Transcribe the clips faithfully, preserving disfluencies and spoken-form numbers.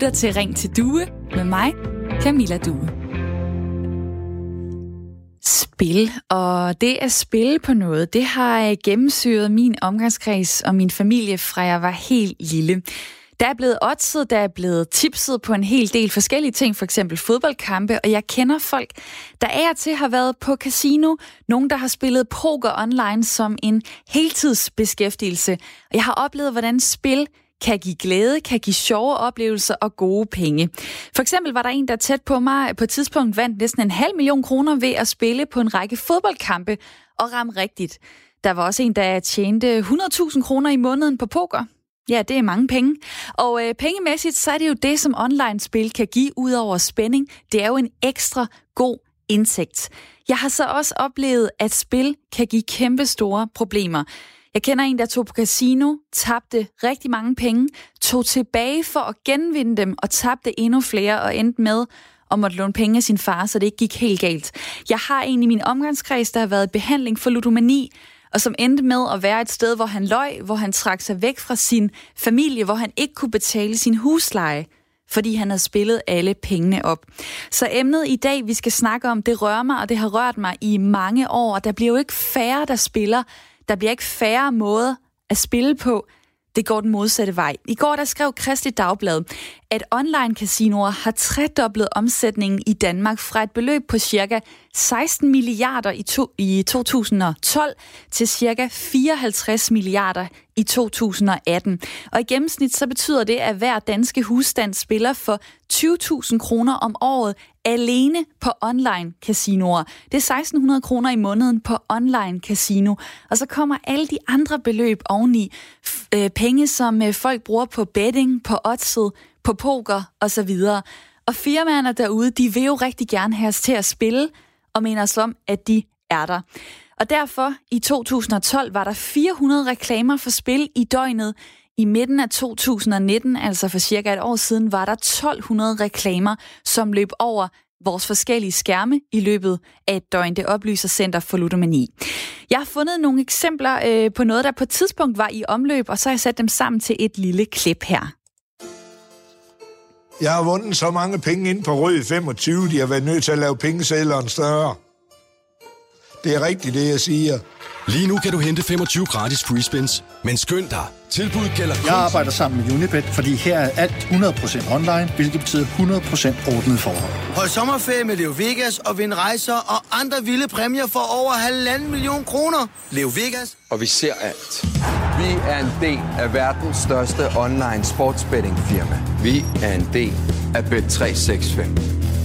lytter til Ring til Due med mig, Camilla Due. Spil, og det at spille på noget, det har gennemsyret min omgangskreds og min familie, fra jeg var helt lille. Der er blevet oddset, der er blevet tipset på en hel del forskellige ting, for eksempel fodboldkampe, og jeg kender folk, der af og til har været på casino, nogen, der har spillet poker online som en heltidsbeskæftigelse. Og jeg har oplevet, hvordan spil kan give glæde, kan give sjove oplevelser og gode penge. For eksempel var der en, der tæt på mig på et tidspunkt vandt næsten en halv million kroner ved at spille på en række fodboldkampe og ramme rigtigt. Der var også en, der tjente hundrede tusind kroner i måneden på poker. Ja, det er mange penge. Og øh, pengemæssigt, så er det jo det, som online-spil kan give ud over spænding. Det er jo en ekstra god indtægt. Jeg har så også oplevet, at spil kan give kæmpe store problemer. Jeg kender en, der tog på casino, tabte rigtig mange penge, tog tilbage for at genvinde dem og tabte endnu flere og endte med at måtte låne penge af sin far, så det ikke gik helt galt. Jeg har en i min omgangskreds, der har været i behandling for ludomani, og som endte med at være et sted, hvor han løj, hvor han trak sig væk fra sin familie, hvor han ikke kunne betale sin husleje, fordi han havde spillet alle pengene op. Så emnet i dag, vi skal snakke om, det rører mig, og det har rørt mig i mange år, og der bliver jo ikke færre, der spiller. Der bliver ikke færre måder at spille på. Det går den modsatte vej. I går der skrev Kristeligt Dagblad, at online-casinoer har tredoblet omsætningen i Danmark fra et beløb på cirka seksten milliarder i, to, i to tusind og tolv til cirka fireoghalvtreds milliarder i to tusind og atten. Og i gennemsnit så betyder det, at hver danske husstand spiller for tyve tusind kroner om året alene på online-casinoer. Det er seksten hundrede kroner i måneden på online-casino. Og så kommer alle de andre beløb oveni. Øh, penge, som øh, folk bruger på betting, på oddset, på poker osv. Og firmaerne derude, de vil jo rigtig gerne have os til at spille, og mener os om, at de er der. Og derfor i to tusind og tolv var der fire hundrede reklamer for spil i døgnet. I midten af to tusind og nitten, altså for cirka et år siden, var der tolv hundrede reklamer, som løb over vores forskellige skærme i løbet af et døgn. Det oplyser Center for Ludomani. Jeg har fundet nogle eksempler øh, på noget, der på et tidspunkt var i omløb, og så har jeg sat dem sammen til et lille klip her. Jeg har vundet så mange penge ind på Rød femogtyve, de har været nødt til at lave pengesedleren større. Det er rigtigt, det jeg siger. Lige nu kan du hente femogtyve gratis free spins, men skynd dig. Tilbuddet gælder kun... Jeg arbejder sammen med Unibet, fordi her er alt hundrede procent online, hvilket betyder hundrede procent ordnede forhold. Hold sommerferie med Leo Vegas og vind rejser og andre vilde præmier for over halvanden million kroner. Leo Vegas. Og vi ser alt. Vi er en del af verdens største online sportsbetting firma. Vi er en del af Bet tre seks fem.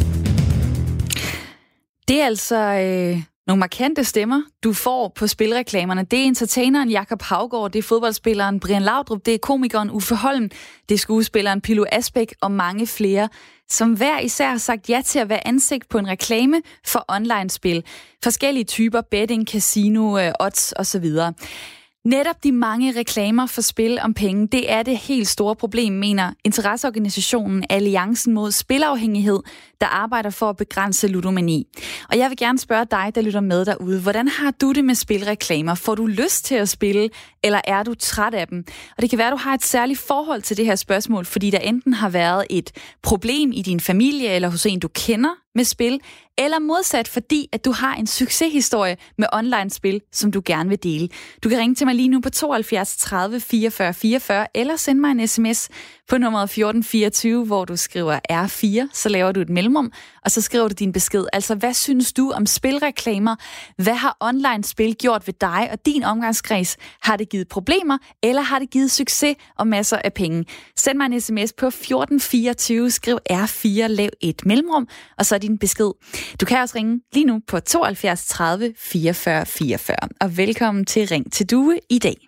Det er altså... Øh Nogle markante stemmer, du får på spilreklamerne. Det er entertaineren Jakob Haugaard, det er fodboldspilleren Brian Laudrup, det er komikeren Uffe Holm, det er skuespilleren Pilo Asbæk og mange flere, som hver især har sagt ja til at være ansigt på en reklame for online-spil. Forskellige typer, betting, casino, odds osv. Netop de mange reklamer for spil om penge, det er det helt store problem, mener interesseorganisationen Alliancen mod Spilafhængighed, der arbejder for at begrænse ludomani. Og jeg vil gerne spørge dig, der lytter med derude, hvordan har du det med spilreklamer? Får du lyst til at spille, eller er du træt af dem? Og det kan være, at du har et særligt forhold til det her spørgsmål, fordi der enten har været et problem i din familie, eller hos en, du kender med spil, eller modsat, fordi at du har en succeshistorie med online-spil, som du gerne vil dele. Du kan ringe til mig lige nu på tooghalvfjerds tredive fireogfyrre fireogfyrre, eller sende mig en sms på nummeret fjorten fireogtyve, hvor du skriver R fire, så laver du et mellemrum, og så skriver du din besked. Altså, hvad synes du om spilreklamer? Hvad har online-spil gjort ved dig og din omgangskreds? Har det givet problemer, eller har det givet succes og masser af penge? Send mig en sms på fjorten fireogtyve, skriv R fire, lav et mellemrum, og så din besked. Du kan også ringe lige nu på tooghalvfjerds tredive fireogfyrre fireogfyrre. Og velkommen til Ring til Due i dag.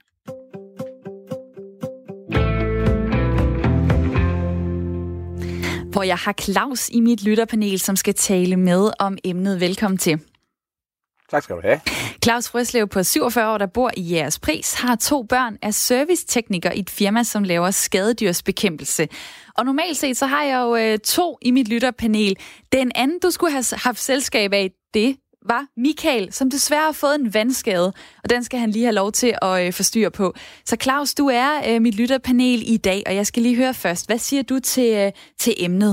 Hvor jeg har Claus i mit lytterpanel, som skal tale med om emnet. Velkommen til. Tak skal du have. Claus Frøslev på syvogfyrre år, der bor i Jægerspris, har to børn, er servicetekniker i et firma, som laver skadedyrsbekæmpelse. Og normalt set, så har jeg jo øh, to i mit lytterpanel. Den anden, du skulle have haft selskab af, det var Michael, som desværre har fået en vandskade, og den skal han lige have lov til at øh, få styr på. Så Claus, du er øh, mit lytterpanel i dag, og jeg skal lige høre først, hvad siger du til, øh, til emnet?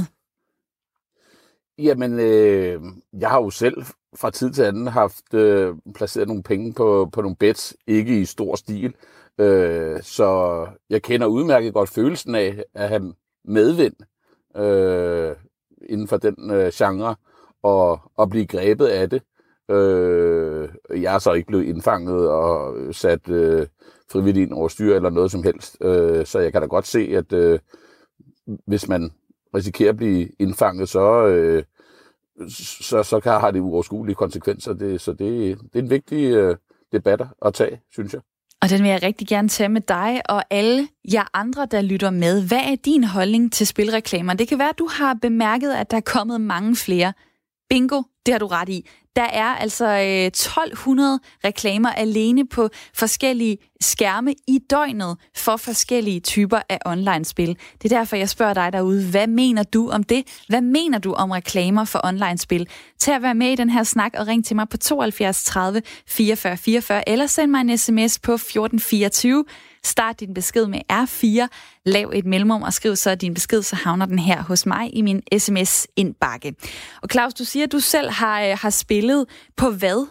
Jamen, øh, jeg har jo selv fra tid til anden haft øh, placeret nogle penge på, på nogle bets, ikke i stor stil. Øh, så jeg kender udmærket godt følelsen af at have medvind øh, inden for den øh, genre, og, og blive grebet af det. Øh, jeg er så ikke blevet indfanget og sat øh, frivilligt ind over styr eller noget som helst. Øh, så jeg kan da godt se, at øh, hvis man risikerer at blive indfanget, så, øh, så, så kan have det uoverskuelige konsekvenser. Det, så det, det er en vigtig øh, debat at tage, synes jeg. Og den vil jeg rigtig gerne tage med dig og alle jer andre, der lytter med. Hvad er din holdning til spilreklamer? Det kan være, at du har bemærket, at der er kommet mange flere. Bingo, det har du ret i. Der er altså øh, tolv hundrede reklamer alene på forskellige skærme i døgnet for forskellige typer af online-spil. Det er derfor, jeg spørger dig derude, hvad mener du om det? Hvad mener du om reklamer for online-spil? Tag at være med i den her snak og ring til mig på tooghalvfjerds tredive fireogfyrre fireogfyrre, eller send mig en sms på fjorten fireogtyve. Start din besked med R fire, lav et mellemrum og skriv så din besked, så havner den her hos mig i min sms-indbakke. Og Claus, du siger, at du selv har, øh, har spillet på hvad?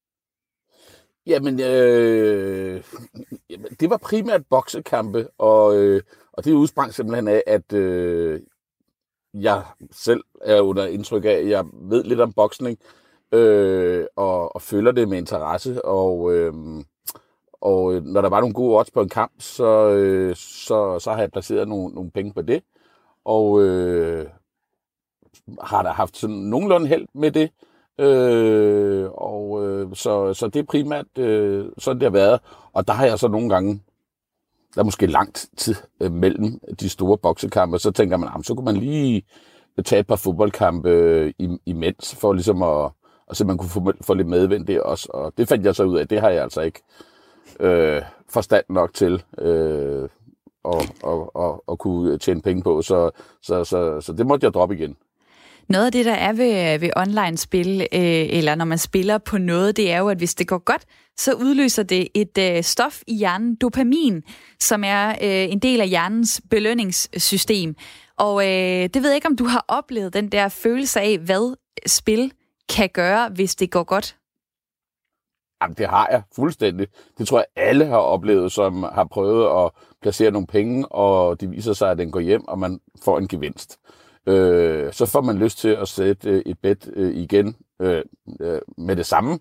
Jamen, øh, jamen, det var primært boksekampe, og, øh, og det udsprang simpelthen af, at øh, jeg selv er under indtryk af, at jeg ved lidt om boksning, øh, og, og følger det med interesse, og... Øh, Og når der var nogle gode odds på en kamp, så, øh, så, så har jeg placeret nogle, nogle penge på det. Og øh, har da haft sådan nogenlunde held med det. Øh, og øh, så, så det er primært øh, sådan, det har været. Og der har jeg så nogle gange, der er måske langt tid øh, mellem de store boksekampe, så tænker man, så kunne man lige tage et par fodboldkampe øh, imens, for ligesom at, at så man kunne få, få lidt medvind der også. Og det fandt jeg så ud af, det har jeg altså ikke Øh, forstand nok til øh, og, og, og, og kunne tjene penge på, så, så, så, så det måtte jeg droppe igen. Noget af det, der er ved, ved online-spil, øh, eller når man spiller på noget, det er jo, at hvis det går godt, så udløser det et øh, stof i hjernen, dopamin, som er øh, en del af hjernens belønningssystem. Og øh, det ved jeg ikke, om du har oplevet den der følelse af, hvad spil kan gøre, hvis det går godt. Jamen, det har jeg fuldstændig. Det tror jeg, alle har oplevet, som har prøvet at placere nogle penge, og det viser sig, at den går hjem, og man får en gevinst. Øh, så får man lyst til at sætte et bet øh, igen øh, øh, med det samme.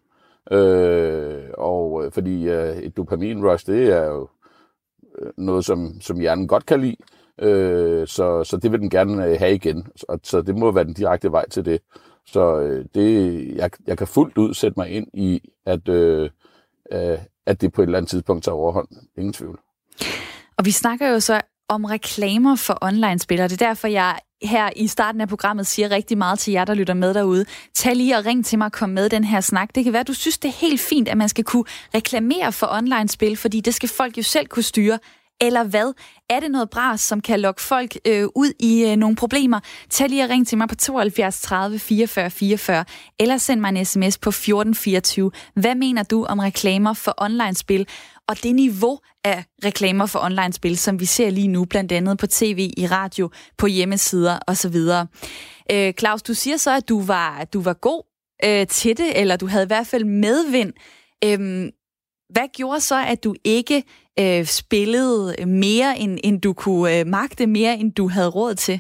Øh, og fordi øh, et dopamin-rush, det er jo noget, som, som hjernen godt kan lide. Øh, så, så det vil den gerne have igen. Og, så det må være den direkte vej til det. Så øh, det, jeg, jeg kan fuldt ud sætte mig ind i, at, øh, øh, at det på et eller andet tidspunkt tager overhånd. Ingen tvivl. Og vi snakker jo så om reklamer for online-spillere. Det er derfor, jeg her i starten af programmet siger rigtig meget til jer, der lytter med derude. Tag lige og ring til mig og kom med den her snak. Det kan være, at du synes, det er helt fint, at man skal kunne reklamere for online-spil, fordi det skal folk jo selv kunne styre. Eller hvad? Er det noget bras, som kan lokke folk øh, ud i øh, nogle problemer? Tag lige og ring til mig på tooghalvfjerds tredive fireogfyrre fireogfyrre, eller send mig en sms på fjorten fireogtyve. Hvad mener du om reklamer for online-spil? Og det niveau af reklamer for online-spil, som vi ser lige nu, blandt andet på tv, i radio, på hjemmesider osv. Øh, Claus, du siger så, at du var, du var god øh, til det, eller du havde i hvert fald medvind. Øh, hvad gjorde så, at du ikke øh, spillede mere, end, end du kunne øh, magte, mere, end du havde råd til?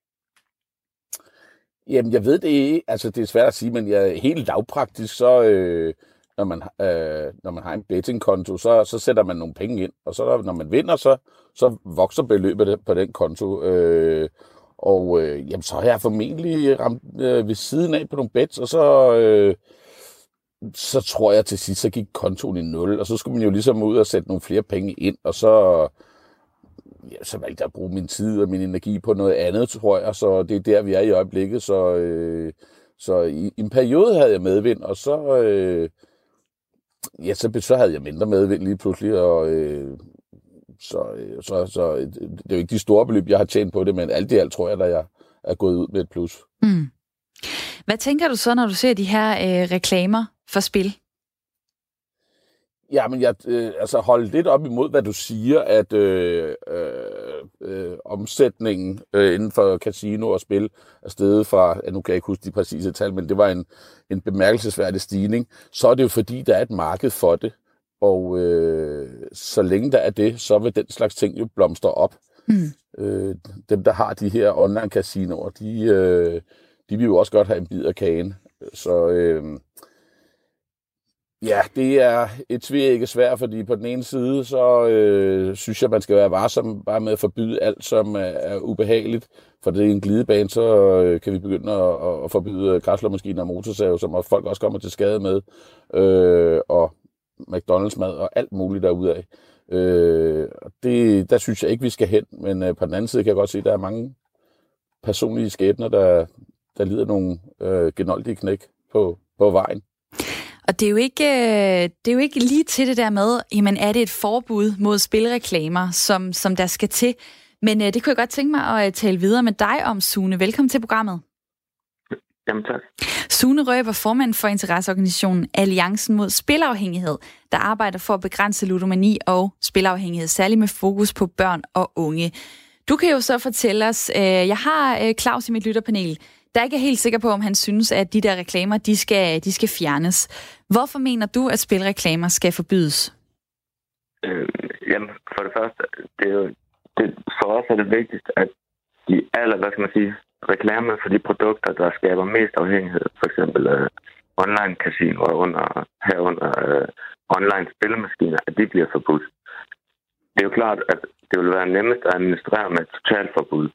Jamen, jeg ved det ikke. Altså, det er svært at sige, men jeg, helt lavpraktisk, så øh, når, man, øh, når man har en bettingkonto, så, så sætter man nogle penge ind, og så når man vinder, så, så vokser beløbet på den konto. Øh, og øh, jamen, så har jeg formentlig ramt øh, ved siden af på nogle bets, og så... Øh, så tror jeg til sidst, så gik kontoen i nul, og så skulle man jo ligesom ud og sætte nogle flere penge ind, og så, ja, så valgte jeg at bruge min tid og min energi på noget andet, tror jeg, så det er der, vi er i øjeblikket, så, øh, så i, i en periode havde jeg medvind, og så, øh, ja, så, så havde jeg mindre medvind lige pludselig, og øh, så, så, så det er jo ikke de store beløb, jeg har tjent på det, men alt i alt tror jeg, at jeg er gået ud med et plus. Mm. Hvad tænker du så, når du ser de her øh, reklamer for spil? Ja, men jeg øh, altså holde lidt op imod, hvad du siger, at øh, øh, øh, omsætningen øh, inden for casino og spil er steget fra, ja, nu kan jeg ikke huske de præcise tal, men det var en, en bemærkelsesværdig stigning. Så er det jo fordi, der er et marked for det, og øh, så længe der er det, så vil den slags ting jo blomstre op. Mm. Øh, dem, der har de her online casinoer, de, øh, de vil jo også godt have en bid af kagen. Så øh, ja, det er et tveægget sværd, fordi på den ene side, så øh, synes jeg, man skal være varsom bare med at forbyde alt, som er, er ubehageligt. For det er en glidebane, så øh, kan vi begynde at, at forbyde græsslåmaskiner og motorsave, som folk også kommer til skade med. Øh, og McDonald's mad og alt muligt derudaf. Øh, det, der synes jeg ikke, vi skal hen. Men øh, på den anden side kan jeg godt se, at der er mange personlige skæbner, der, der lider nogle øh, genoldige knæk på, på vejen. Og det er, jo ikke, det er jo ikke lige til det der med, jamen er det et forbud mod spilreklamer, som, som der skal til. Men øh, det kunne jeg godt tænke mig at tale videre med dig om, Sune. Velkommen til programmet. Jamen tak. Sune Røber, formand for interesseorganisationen Alliancen mod Spilafhængighed, der arbejder for at begrænse ludomani og spilafhængighed, særligt med fokus på børn og unge. Du kan jo så fortælle os, øh, jeg har øh, Claus i mit lytterpanel, der ikke er helt sikker på, om han synes, at de der reklamer, de skal, de skal fjernes. Hvorfor mener du, at spilreklamer skal forbydes? Øh, jamen, for det første, det er jo, det, for os er det vigtigt, at de aller, hvad skal man sige, reklamer for de produkter, der skaber mest afhængighed, for eksempel øh, online casinoer under, herunder øh, online spillemaskiner, at de bliver forbudt. Det er jo klart, at det vil være nemmest at administrere med et totalforbud.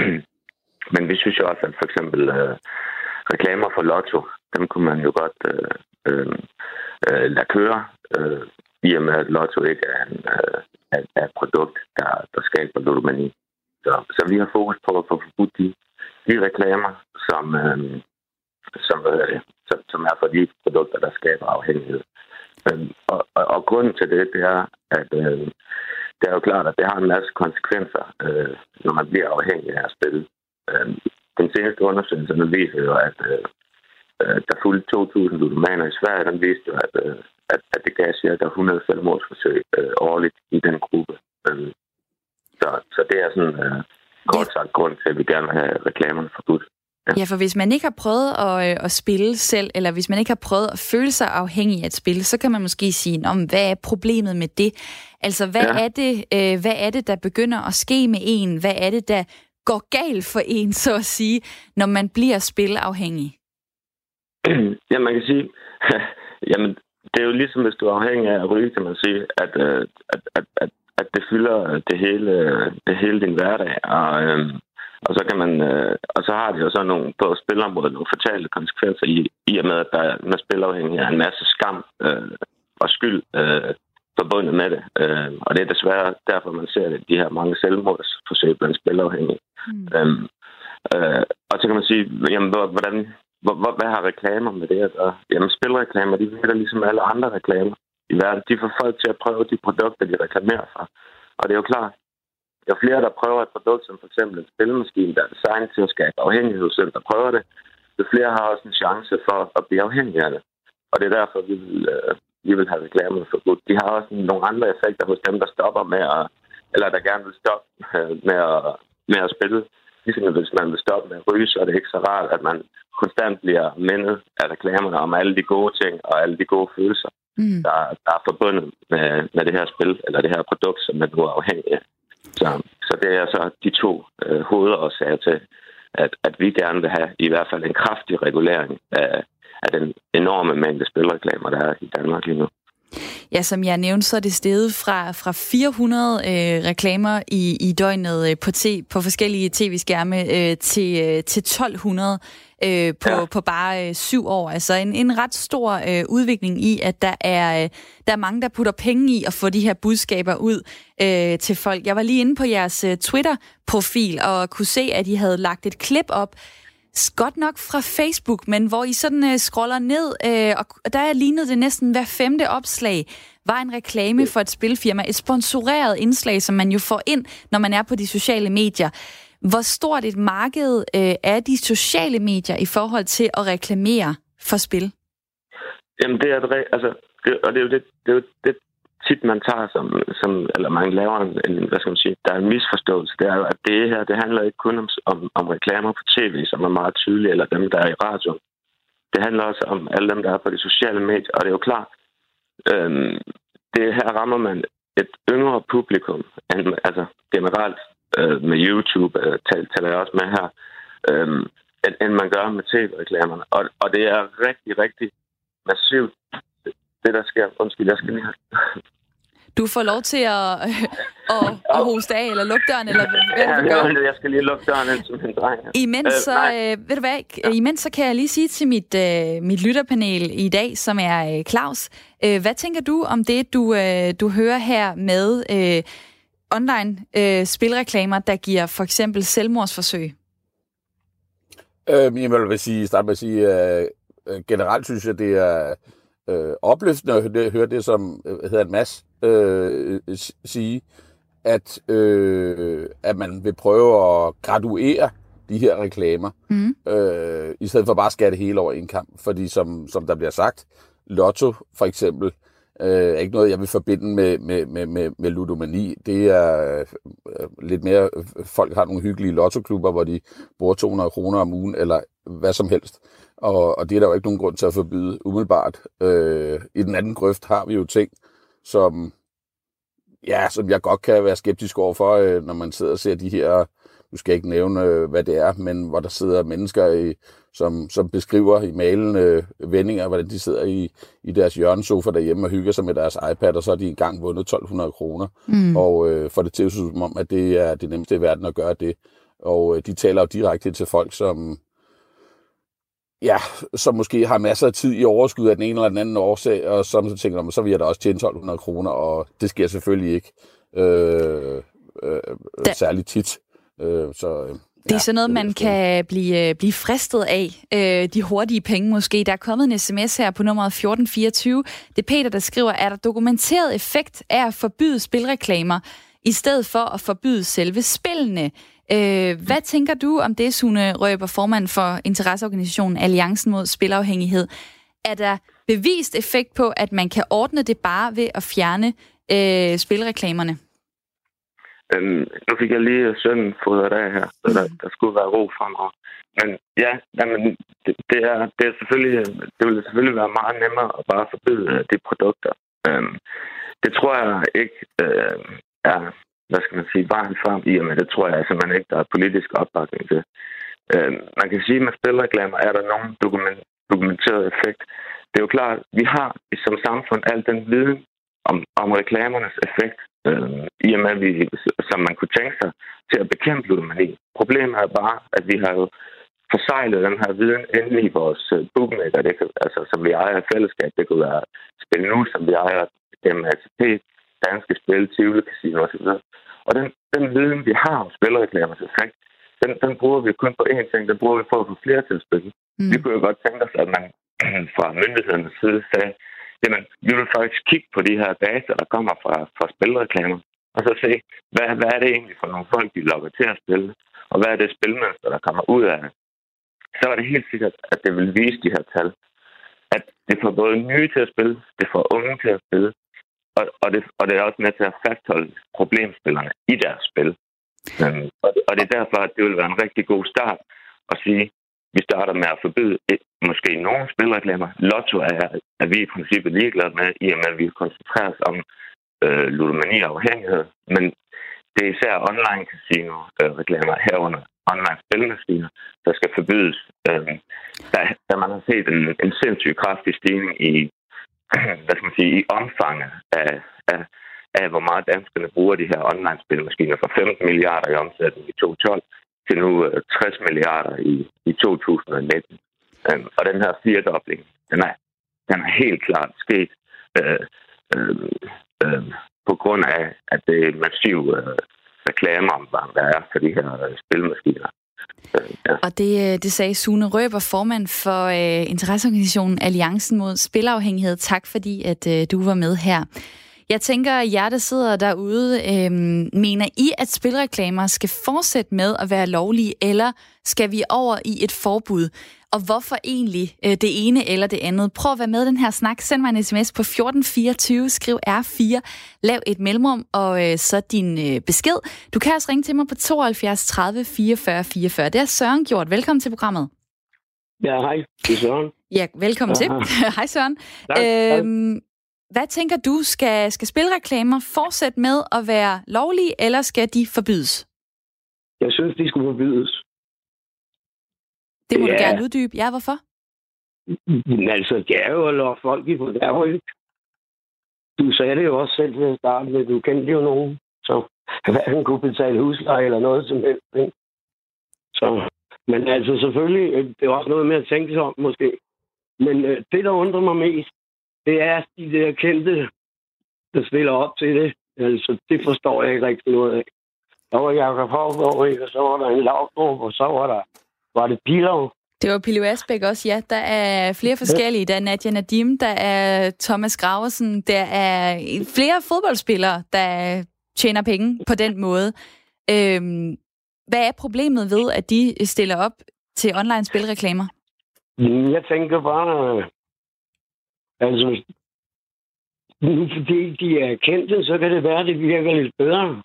Men vi synes jo også, at for eksempel øh, reklamer for lotto, dem kunne man jo godt øh, øh, øh, lade køre, øh, i og med at lotto ikke er, en, øh, er, er et produkt, der, der skaber ludomani. Så, så vi har fokus på at få forbudt de, de reklamer, som, øh, som, øh, som, som er for de produkter, der skaber afhængighed. Øh, og, og, og grunden til det, det er, at øh, det er jo klart, at det har en masse konsekvenser, øh, når man bliver afhængig af at spille. Den seneste undersøgelse, den viser jo, at øh, der fulgte to tusind ludomaner i Sverige. Den viste jo, at, øh, at, at det gav cirka hundrede selvmordsforsøg øh, årligt i den gruppe. Øh, så, så det er sådan øh, kort sagt grund til, at vi gerne vil have reklamerne forbudt. Ja. ja, for hvis man ikke har prøvet at, øh, at spille selv, eller hvis man ikke har prøvet at føle sig afhængig af et spil, så kan man måske sige, om hvad er problemet med det? Altså, hvad, ja. er det, øh, hvad er det, der begynder at ske med en? Hvad er det, der går galt for en, så at sige, når man bliver spilafhængig? Ja, man kan sige, jamen, det er jo ligesom, hvis du er afhængig af at ryge, kan man sige, at, at, at, at, at det fylder det hele, det hele din hverdag, og, og så kan man, og så har det jo så nogle, på spilområdet nogle fatale konsekvenser i, i og med, at der med spilafhængig er en masse skam øh, og skyld øh, forbundet med det. Øh, og det er desværre derfor, man ser det, de her mange selvmordsforsøg blandt spilafhængige. Mm. Øhm, øh, og så kan man sige, jamen, hvordan, hvad, hvad har reklamer med det? Og, jamen, spilreklamer, de virker ligesom alle andre reklamer i verden. De får folk til at prøve de produkter, de reklamerer for. Og det er jo klart, jo flere, der prøver et produkt, som for eksempel en spilmaskine, der er designet til at skabe afhængighed hos dem, der prøver det, jo flere har også en chance for at blive afhængige af det. Og det er derfor, vi vil... Øh, vi vil have reklamerne forbudt. De har også nogle andre effekter hos dem, der stopper med at, eller der gerne vil stoppe med at, med at spille. Ligesom hvis man vil stoppe med at ryge, så er det ikke så rart, at man konstant bliver mindet af reklamerne om alle de gode ting og alle de gode følelser, mm. der, der er forbundet med, med det her spil, eller det her produkt, som man nu er afhængig af. Så, så det er så de to øh, hovedårsager til, at, at vi gerne vil have i hvert fald en kraftig regulering af af den enorme mængde spilreklamer, der er i Danmark lige nu. Ja, som jeg nævnte, så er det steget fra, fra fire hundrede øh, reklamer i, i døgnet øh, på, te, på forskellige tv-skærme øh, til, øh, til tolv hundrede øh, på, ja. på bare øh, syv år. Altså en, en ret stor øh, udvikling i, at der er, øh, der er mange, der putter penge i at få de her budskaber ud øh, til folk. Jeg var lige inde på jeres øh, Twitter-profil og kunne se, at I havde lagt et klip op, godt nok fra Facebook, men hvor I sådan uh, scroller ned, uh, og der lignede det næsten hver femte opslag, var en reklame for et spilfirma, et sponsoreret indslag, som man jo får ind, når man er på de sociale medier. Hvor stort et marked øh, er de sociale medier i forhold til at reklamere for spil? Jamen, det er det, altså, det, og det er jo det, det, er jo det tit, man tager som, som, eller man laver en, en, hvad skal man sige, der er en misforståelse. Det er jo, at det her, det handler ikke kun om, om, om reklamer på tv, som er meget tydelige, eller dem, der er i radioen. Det handler også om alle dem, der er på de sociale medier, og det er jo klart, øhm, det her rammer man et yngre publikum, end, altså generelt øh, med YouTube, øh, taler jeg også med her, øh, end, end man gør med tv-reklamerne. Og, og det er rigtig, rigtig massivt, det der sker. Undskyld, jeg skal lige have... Du får lov til at, øh, at, at hoste af, eller lukke døren, eller hvad ja, du gør. Jeg skal lige lukke døren ind som en dreng. Imens, øh, så, øh, ved du hvad, ja. imens så kan jeg lige sige til mit, øh, mit lytterpanel i dag, som er øh, Claus, øh, hvad tænker du om det, du, øh, du hører her med øh, online øh, spilreklamer, der giver for eksempel selvmordsforsøg? Øh, jeg vil sige, starte med at sige, øh, generelt synes jeg, det er øh, opløftende at høre, høre det, som øh, hedder en masse øh, sige, at, øh, at man vil prøve at graduere de her reklamer, mm. øh, i stedet for bare at skære det hele over en kamp. Fordi som, som der bliver sagt, Lotto for eksempel, øh, er ikke noget, jeg vil forbinde med, med, med, med, med ludomani. Det er øh, lidt mere, folk har nogle hyggelige lottoklubber, hvor de bruger to hundrede kroner om ugen, eller hvad som helst. Og, og det er der jo ikke nogen grund til at forbyde umiddelbart. Øh, I den anden grøft har vi jo ting, som, ja, som jeg godt kan være skeptisk overfor, øh, når man sidder og ser de her, nu skal jeg ikke nævne, øh, hvad det er, men hvor der sidder mennesker, i, som, som beskriver i malende øh, vendinger, hvordan de sidder i, i deres hjørnesofa derhjemme og hygger sig med deres iPad, og så har de engang vundet tolv hundrede kroner, mm. og øh, får det til som om, at det er det nemmeste i verden at gøre det. Og øh, de taler jo direkte til folk, som ja, som måske har masser af tid i overskud af den ene eller den anden årsag, og som så tænker, så vil jeg da også tjene tolv hundrede kroner, og det sker selvfølgelig ikke øh, øh, særligt tit. Øh, så, øh, det er ja, sådan noget, man kan blive, blive fristet af, øh, de hurtige penge måske. Der er kommet en sms her på nummeret fjorten fireogtyve. Det er Peter, der skriver, er der dokumenteret effekt af at forbyde spilreklamer, i stedet for at forbyde selve spillene? Øh, hvad tænker du om det, Sune Røber, formand for interesseorganisationen Alliancen mod Spilafhængighed? Er der bevist effekt på, at man kan ordne det bare ved at fjerne øh, spilreklamerne? Øhm, nu fik jeg lige sønnen fodret af her, så der, der skulle være ro fremover. Men ja, jamen, det, det, er, det, er selvfølgelig, det vil selvfølgelig være meget nemmere at bare forbyde de produkter. Øhm, det tror jeg ikke øh, er, hvad skal man sige, vejen frem i, men det tror jeg simpelthen ikke, der er politisk opbakning til. Øhm, man kan sige, at med spilreklamer er der nogen dokument, dokumenteret effekt. Det er jo klart, vi har som samfund al den viden om, om reklamernes effekt, øh, i og med, at vi, som man kunne tænke sig, til at bekæmpe ludomani. Problemet er bare, at vi har jo forsejlet den her viden inde i vores uh, bookmaker, det kan, altså, som vi ejer i fællesskab. Det kunne være Spil Nu, som vi ejer gennem A T P, Danske Spil, Tivoli Casino osv. Og den, den viden, vi har om spilreklamernes effekt, den, den bruger vi kun på én ting, den bruger vi for at få flere til at spille. Mm. Vi kunne jo godt tænke os, at man fra myndighedernes side sagde, jamen, vi vil faktisk kigge på de her data, der kommer fra, fra spilreklamer, og så se, hvad, hvad er det egentlig for nogle folk, de lokker til at spille, og hvad er det spilmønster, der kommer ud af det. Så er det helt sikkert, at det vil vise de her tal, at det får både nye til at spille, det får unge til at spille, og, og, det, og det er også med til at fastholde problemspillerne i deres spil. Um, og, det, og det er derfor, at det vil være en rigtig god start at sige, vi starter med at forbyde et, måske nogle spilreklamer. Lotto er, er vi i princippet ligeglade med, i og med, at vi koncentrerer os om øh, ludomani og afhængighed. Men det er især online casino-reklamer øh, herunder online spilmaskiner, der skal forbydes. Øh, da, da man har set en, en sindssygt kraftig stigning i, hvad skal man sige, i omfanget af, af, af, hvor meget danskerne bruger de her online spilmaskiner, fra femten milliarder i omsætning i to tusind og tolv til nu uh, tres milliarder i, i to tusind og nitten. Um, og den her firedobling, den er, den er helt klart sket uh, uh, uh, på grund af, at det er massiv uh, reklameomfang, der er for de her uh, spilmaskiner. Uh, ja. Og det, det sagde Sune Røber, formand for uh, interesseorganisationen Alliancen mod Spilafhængighed. Tak fordi, at uh, du var med her. Jeg tænker, at jer, der sidder derude, øhm, mener I, at spilreklamer skal fortsætte med at være lovlige, eller skal vi over i et forbud? Og hvorfor egentlig øh, det ene eller det andet? Prøv at være med i den her snak. Send mig en sms på fjorten fireogtyve, skriv R fire, lav et mellemrum og øh, så din øh, besked. Du kan også ringe til mig på tooghalvfjerds tredive fireogfyrre fireogfyrre. Det er Søren gjort. Velkommen til programmet. Ja, hej. Det er Søren. Ja, velkommen til. Hej Søren. Tak, øhm, hvad tænker du, skal, skal spilreklamer fortsætte med at være lovlige, eller skal de forbydes? Jeg synes, de skulle forbydes. Det må ja. du gerne uddybe. Ja, hvorfor? Men altså, det er jo at lokke folk i fordærv. Du sagde det jo også selv til at starte med. Du kendte jo nogen, som hverken kunne betale husleje eller noget som helst. Ikke? Så, men altså selvfølgelig, det er også noget med at tænke sig om måske. Men øh, det, der undrer mig mest, det er de der kendte, der spiller op til det. Altså, det forstår jeg ikke rigtig noget af. Der var Jakob Haugaard, og så var der en Laudrup, og så var der var det Pilov. Det var Pilo Asbæk også, ja. Der er flere forskellige. Der er Nadia Nadim, der er Thomas Graversen, der er flere fodboldspillere, der tjener penge på den måde. Øhm, hvad er problemet ved, at de stiller op til online spilreklamer? Jeg tænker bare, altså, nu fordi de er kendte, så kan det være, at det virker lidt bedre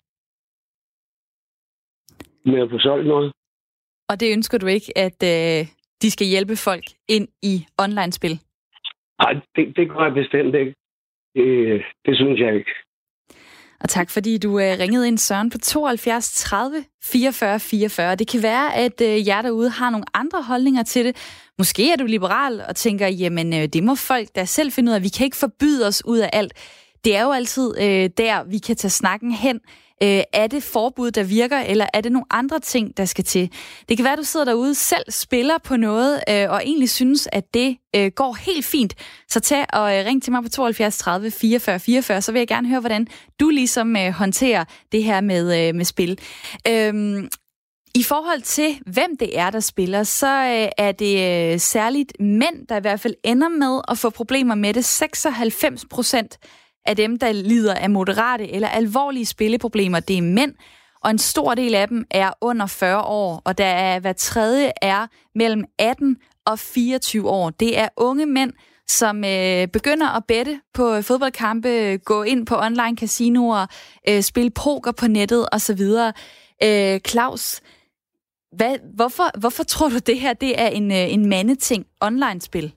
med at få solgt noget. Og det ønsker du ikke, at øh, de skal hjælpe folk ind i online-spil? Nej, det, det gør jeg bestemt ikke. Det, det synes jeg ikke. Og tak, fordi du øh, ringede ind, Søren, på tooghalvfjerds tredive fireogfyrre fireogfyrre. Det kan være, at øh, jer derude har nogle andre holdninger til det. Måske er du liberal og tænker, jamen øh, det må folk der selv finde ud af. Vi kan ikke forbyde os ud af alt. Det er jo altid øh, der, vi kan tage snakken hen. Øh, er det forbud, der virker, eller er det nogle andre ting, der skal til? Det kan være, at du sidder derude, selv spiller på noget, øh, og egentlig synes, at det øh, går helt fint. Så tag og øh, ring til mig på tooghalvfjerds tredive fireogfyrre fireogfyrre, så vil jeg gerne høre, hvordan du ligesom øh, håndterer det her med, øh, med spil. Øhm, I forhold til, hvem det er, der spiller, så øh, er det øh, særligt mænd, der i hvert fald ender med at få problemer med det. seksoghalvfems procent af dem, der lider af moderate eller alvorlige spilleproblemer, det er mænd, og en stor del af dem er under fyrre år, og der er hver tredje er mellem atten og fireogtyve år. Det er unge mænd, som øh, begynder at bette på fodboldkampe, gå ind på online casinoer, øh, spille poker på nettet osv. Øh, Claus, hvad, hvorfor, hvorfor tror du, det her det er en, øh, en mandeting, online-spil?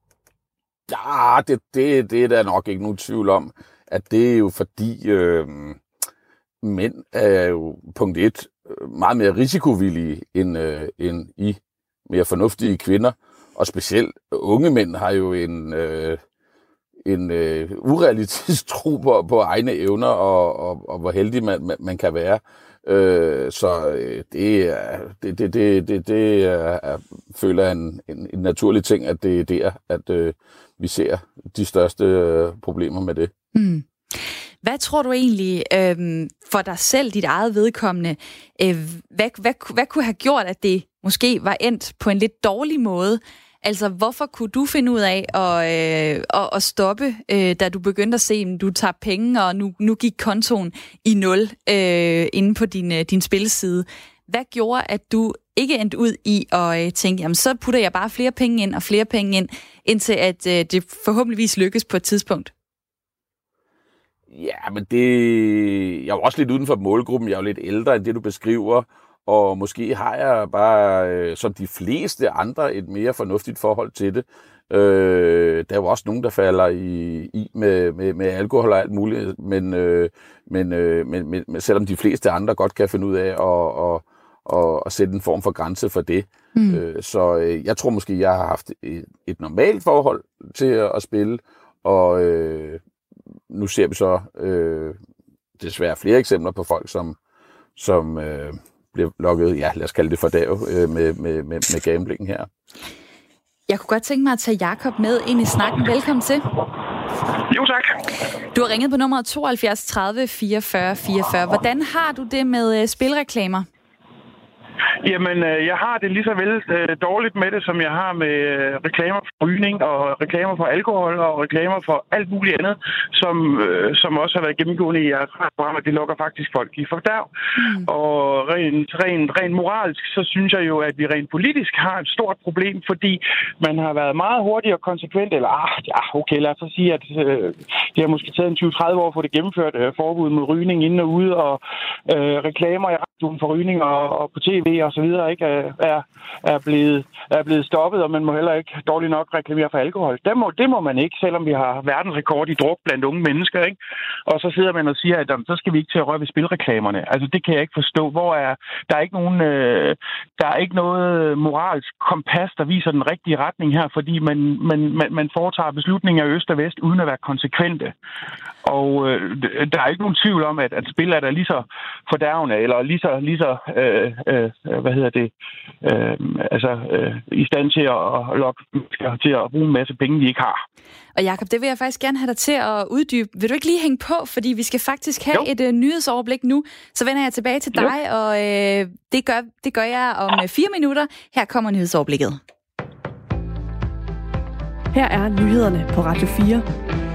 Ja, det, det, det er der nok ikke nogen tvivl om, at det er jo fordi øh, mænd er jo punkt et meget mere risikovillige end, øh, end I mere fornuftige kvinder, og specielt unge mænd har jo en, øh, en øh, urealistisk tro på, på egne evner og, og, og hvor heldig man, man, man kan være. Øh, så øh, det er det det det det, det er, er, føler jeg en, en, en naturlig ting, at det er der, at øh, vi ser de største øh, problemer med det. Mm. Hvad tror du egentlig øh, for dig selv, dit eget vedkommende, øh, hvad, hvad, hvad kunne have gjort, at det måske var endt på en lidt dårlig måde? Altså, hvorfor kunne du finde ud af at, øh, at, at stoppe, øh, da du begyndte at se, at du tager penge, og nu, nu gik kontoen i nul øh, inde på din, øh, din spilside? Hvad gjorde, at du ikke endte ud i at øh, tænke, jamen så putter jeg bare flere penge ind og flere penge ind, indtil at øh, det forhåbentligvis lykkes på et tidspunkt? Ja, men det... Jeg er jo også lidt uden for målgruppen. Jeg er jo lidt ældre end det, du beskriver. Og måske har jeg bare, øh, som de fleste andre, et mere fornuftigt forhold til det. Øh, der er jo også nogen, der falder i, i med, med, med alkohol og alt muligt, men, øh, men, øh, men, men selvom de fleste andre godt kan finde ud af at, at, at, at sætte en form for grænse for det. Mm. Øh, så øh, jeg tror måske, jeg har haft et, et normalt forhold til at, at spille, og øh, nu ser vi så øh, desværre flere eksempler på folk, som... som øh, bliver lukket, ja, lad os kalde det for dag, øh, med, med, med, med gamblingen her. Jeg kunne godt tænke mig at tage Jakob med ind i snakken. Velkommen til. Jo, tak. Du har ringet på nummeret tooghalvfjerds tredive fireogfyrre fireogfyrre. Hvordan har du det med øh, spilreklamer? Jamen, øh, jeg har det lige så vel øh, dårligt med det, som jeg har med øh, reklamer for rygning og reklamer for alkohol og reklamer for alt muligt andet, som, øh, som også har været gennemgående i jeres program, at det lukker faktisk folk i fordærv. Mm. Og rent, rent, rent moralsk, så synes jeg jo, at vi rent politisk har et stort problem, fordi man har været meget hurtig og konsekvent, eller ah, ja, okay, lad os så sige, at øh, det har måske taget en tyve til tredive år for det gennemført øh, forbud mod rygning inde og ude, og øh, reklamer i radioen for rygning og, og på tv og så videre, ikke, er, er, blevet, er blevet stoppet, og man må heller ikke dårligt nok reklamere for alkohol. Det må, det må man ikke, selvom vi har verdensrekord i druk blandt unge mennesker, ikke? Og så sidder man og siger, at så skal vi ikke til at røre ved spilreklamerne. Altså, det kan jeg ikke forstå. Hvor er, der er ikke nogen, øh, der er ikke noget moralsk kompas, der viser den rigtige retning her, fordi man, man, man, man foretager beslutninger i øst og vest, uden at være konsekvente. Og øh, der er ikke nogen tvivl om, at, at spil er der lige så fordærvende, eller lige så, lige så øh, øh, hvad hedder det, øh, altså øh, i stand til at, at lokke til at bruge en masse penge, vi ikke har. Og Jakob, det vil jeg faktisk gerne have dig til at uddybe. Vil du ikke lige hænge på, fordi vi skal faktisk have jo. et uh, nyhedsoverblik nu. Så vender jeg tilbage til dig, jo. og øh, det, gør, det gør jeg om uh, fire minutter. Her kommer nyhedsoverblikket. Her er nyhederne på Radio fire.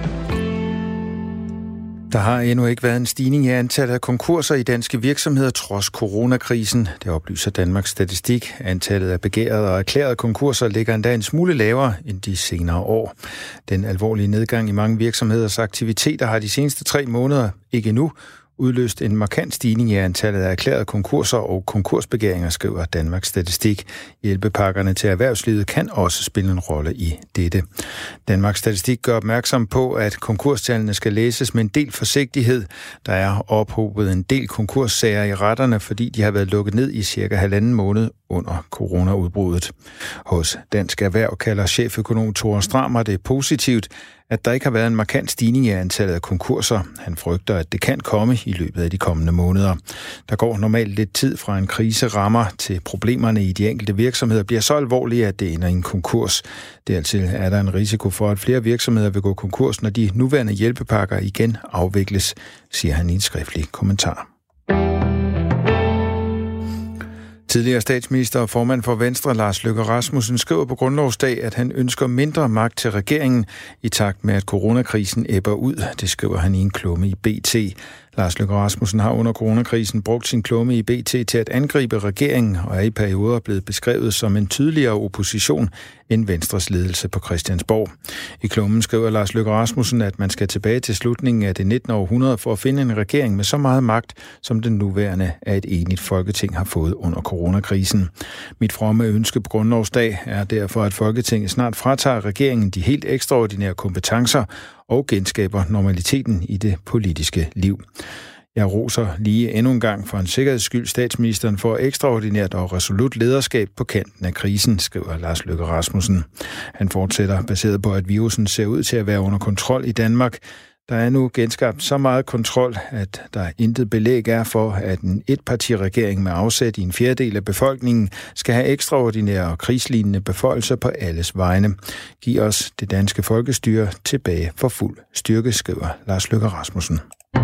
Der har endnu ikke været en stigning i antallet af konkurser i danske virksomheder trods coronakrisen. Det oplyser Danmarks Statistik. Antallet af begærede og erklærede konkurser ligger endda en smule lavere end de senere år. Den alvorlige nedgang i mange virksomheders aktiviteter har de seneste tre måneder, ikke endnu, udløst en markant stigning i antallet af erklærede konkurser og konkursbegæringer, skriver Danmarks Statistik. Hjælpepakkerne til erhvervslivet kan også spille en rolle i dette. Danmarks Statistik gør opmærksom på, at konkurstallene skal læses med en del forsigtighed. Der er ophobet en del konkurssager i retterne, fordi de har været lukket ned i cirka halvanden måned under coronaudbruddet. Hos Dansk Erhverv kalder cheføkonom Tore Stramer det positivt, at der ikke har været en markant stigning i antallet af konkurser. Han frygter, at det kan komme i løbet af de kommende måneder. Der går normalt lidt tid fra en krise rammer til problemerne i de enkelte virksomheder bliver så alvorlige, at det ender i en konkurs. Dertil er der en risiko for, at flere virksomheder vil gå konkurs, når de nuværende hjælpepakker igen afvikles, siger han i en skriftlig kommentar. Tidligere statsminister og formand for Venstre, Lars Løkke Rasmussen, skriver på Grundlovsdag, at han ønsker mindre magt til regeringen i takt med, at coronakrisen ebber ud. Det skriver han i en klumme i B T. Lars Løkke Rasmussen har under coronakrisen brugt sin klumme i B T til at angribe regeringen og er i perioder blevet beskrevet som en tydeligere opposition end Venstres ledelse på Christiansborg. I klummen skriver Lars Løkke Rasmussen, at man skal tilbage til slutningen af det nittende århundrede for at finde en regering med så meget magt, som den nuværende af et enigt folketing har fået under coronakrisen. Mit fromme ønske på Grundlovsdag er derfor, at Folketinget snart fratager regeringen de helt ekstraordinære kompetencer og genskaber normaliteten i det politiske liv. Jeg roser lige endnu en gang for en sikkerheds skyld statsministeren for ekstraordinært og resolut lederskab på kanten af krisen, skriver Lars Løkke Rasmussen. Han fortsætter baseret på, at virusen ser ud til at være under kontrol i Danmark. Der er nu genskabt så meget kontrol, at der intet belæg er for, at en etpartiregering med afsæt i en fjerdedel af befolkningen skal have ekstraordinære og krigslignende beføjelser på alles vegne. Giv os det danske folkestyre tilbage for fuld styrke, skriver Lars Løkke Rasmussen.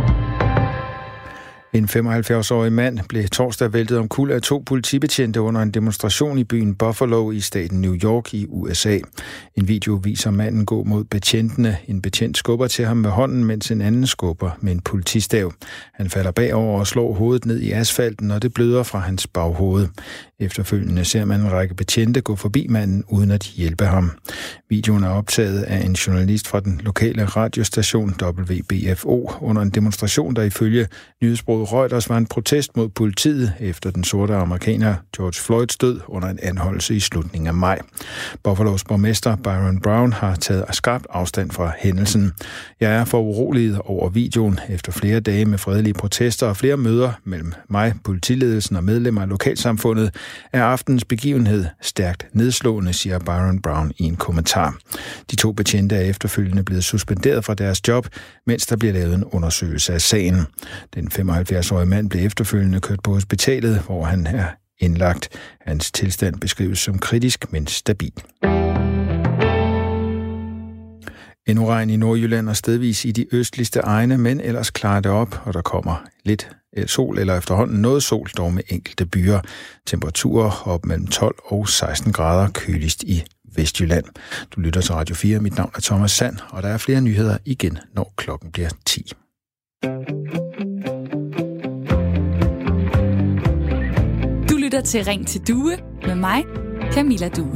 En femoghalvfjerds-årig mand blev torsdag væltet omkuld af to politibetjente under en demonstration i byen Buffalo i staten New York i U S A. En video viser manden gå mod betjentene. En betjent skubber til ham med hånden, mens en anden skubber med en politistav. Han falder bagover og slår hovedet ned i asfalten, og det bløder fra hans baghoved. Efterfølgende ser man en række betjente gå forbi manden uden at hjælpe ham. Videoen er optaget af en journalist fra den lokale radiostation W B F O under en demonstration, der ifølge nyhedsbureauet Reuters var en protest mod politiet efter den sorte amerikaner George Floyds død under en anholdelse i slutningen af maj. Buffalos borgmester Byron Brown har taget skarpt afstand fra hændelsen. Jeg er for uroliget over videoen. Efter flere dage med fredelige protester og flere møder mellem mig, politiledelsen og medlemmer af lokalsamfundet, er aftens begivenhed stærkt nedslående, siger Byron Brown i en kommentar. De to betjente er efterfølgende blevet suspenderet fra deres job, mens der bliver lavet en undersøgelse af sagen. Den femoghalvfjerds-årige mand blev efterfølgende kørt på hospitalet, hvor han er indlagt. Hans tilstand beskrives som kritisk, men stabil. Endnu regn i Nordjylland og stedvis i de østligste egne, men ellers klarer det op, og der kommer lidt sol eller efterhånden noget sol, dog med enkelte byer. Temperaturer op mellem tolv og seksten grader, køligst i Vestjylland. Du lytter til Radio fire. Mit navn er Thomas Sand, og der er flere nyheder igen, når klokken bliver ti. Du lytter til Ring til Due med mig, Camilla Due.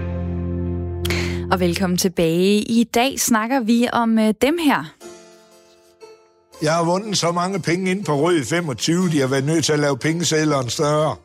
Og velkommen tilbage. I dag snakker vi om øh, dem her. Jeg har vundet så mange penge ind på Rød femogtyve, de har været nødt til at lave pengesedlerne større.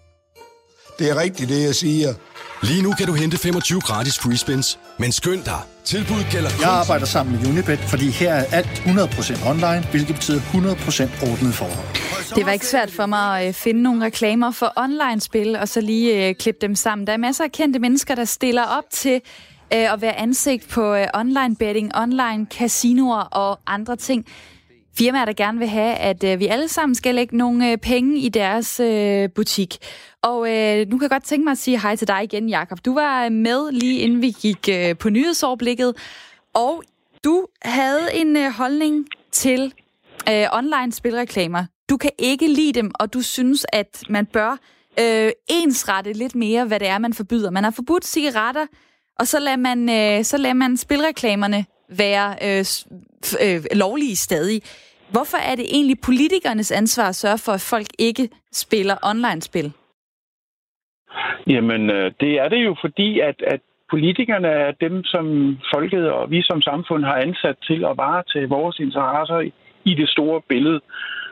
Det er rigtigt, det jeg siger. Lige nu kan du hente femogtyve gratis free spins, men skynd dig. Tilbuddet gælder kun... Jeg arbejder sammen med Unibet, fordi her er alt hundrede procent online, hvilket betyder hundrede procent ordnede forhold. Det var ikke svært for mig at finde nogle reklamer for online-spil, og så lige øh, klippe dem sammen. Der er masser af kendte mennesker, der stiller op til øh, at være ansigt på øh, online-betting, online-casinoer og andre ting. Firmaer, der gerne vil have, at øh, vi alle sammen skal lægge nogle øh, penge i deres øh, butik. Og øh, nu kan jeg godt tænke mig at sige hej til dig igen, Jakob. Du var med lige inden vi gik øh, på nyhedsoverblikket, og du havde en øh, holdning til øh, online spilreklamer. Du kan ikke lide dem, og du synes, at man bør øh, ensrette lidt mere, hvad det er, man forbyder. Man har forbudt cigaretter, og så lader man, øh, så lader man spilreklamerne være øh, øh, lovlige stadig. Hvorfor er det egentlig politikernes ansvar at sørge for, at folk ikke spiller online-spil? Jamen, det er det jo fordi, at, at politikerne er dem, som folket og vi som samfund har ansat til at varetage vores interesser i, i det store billede.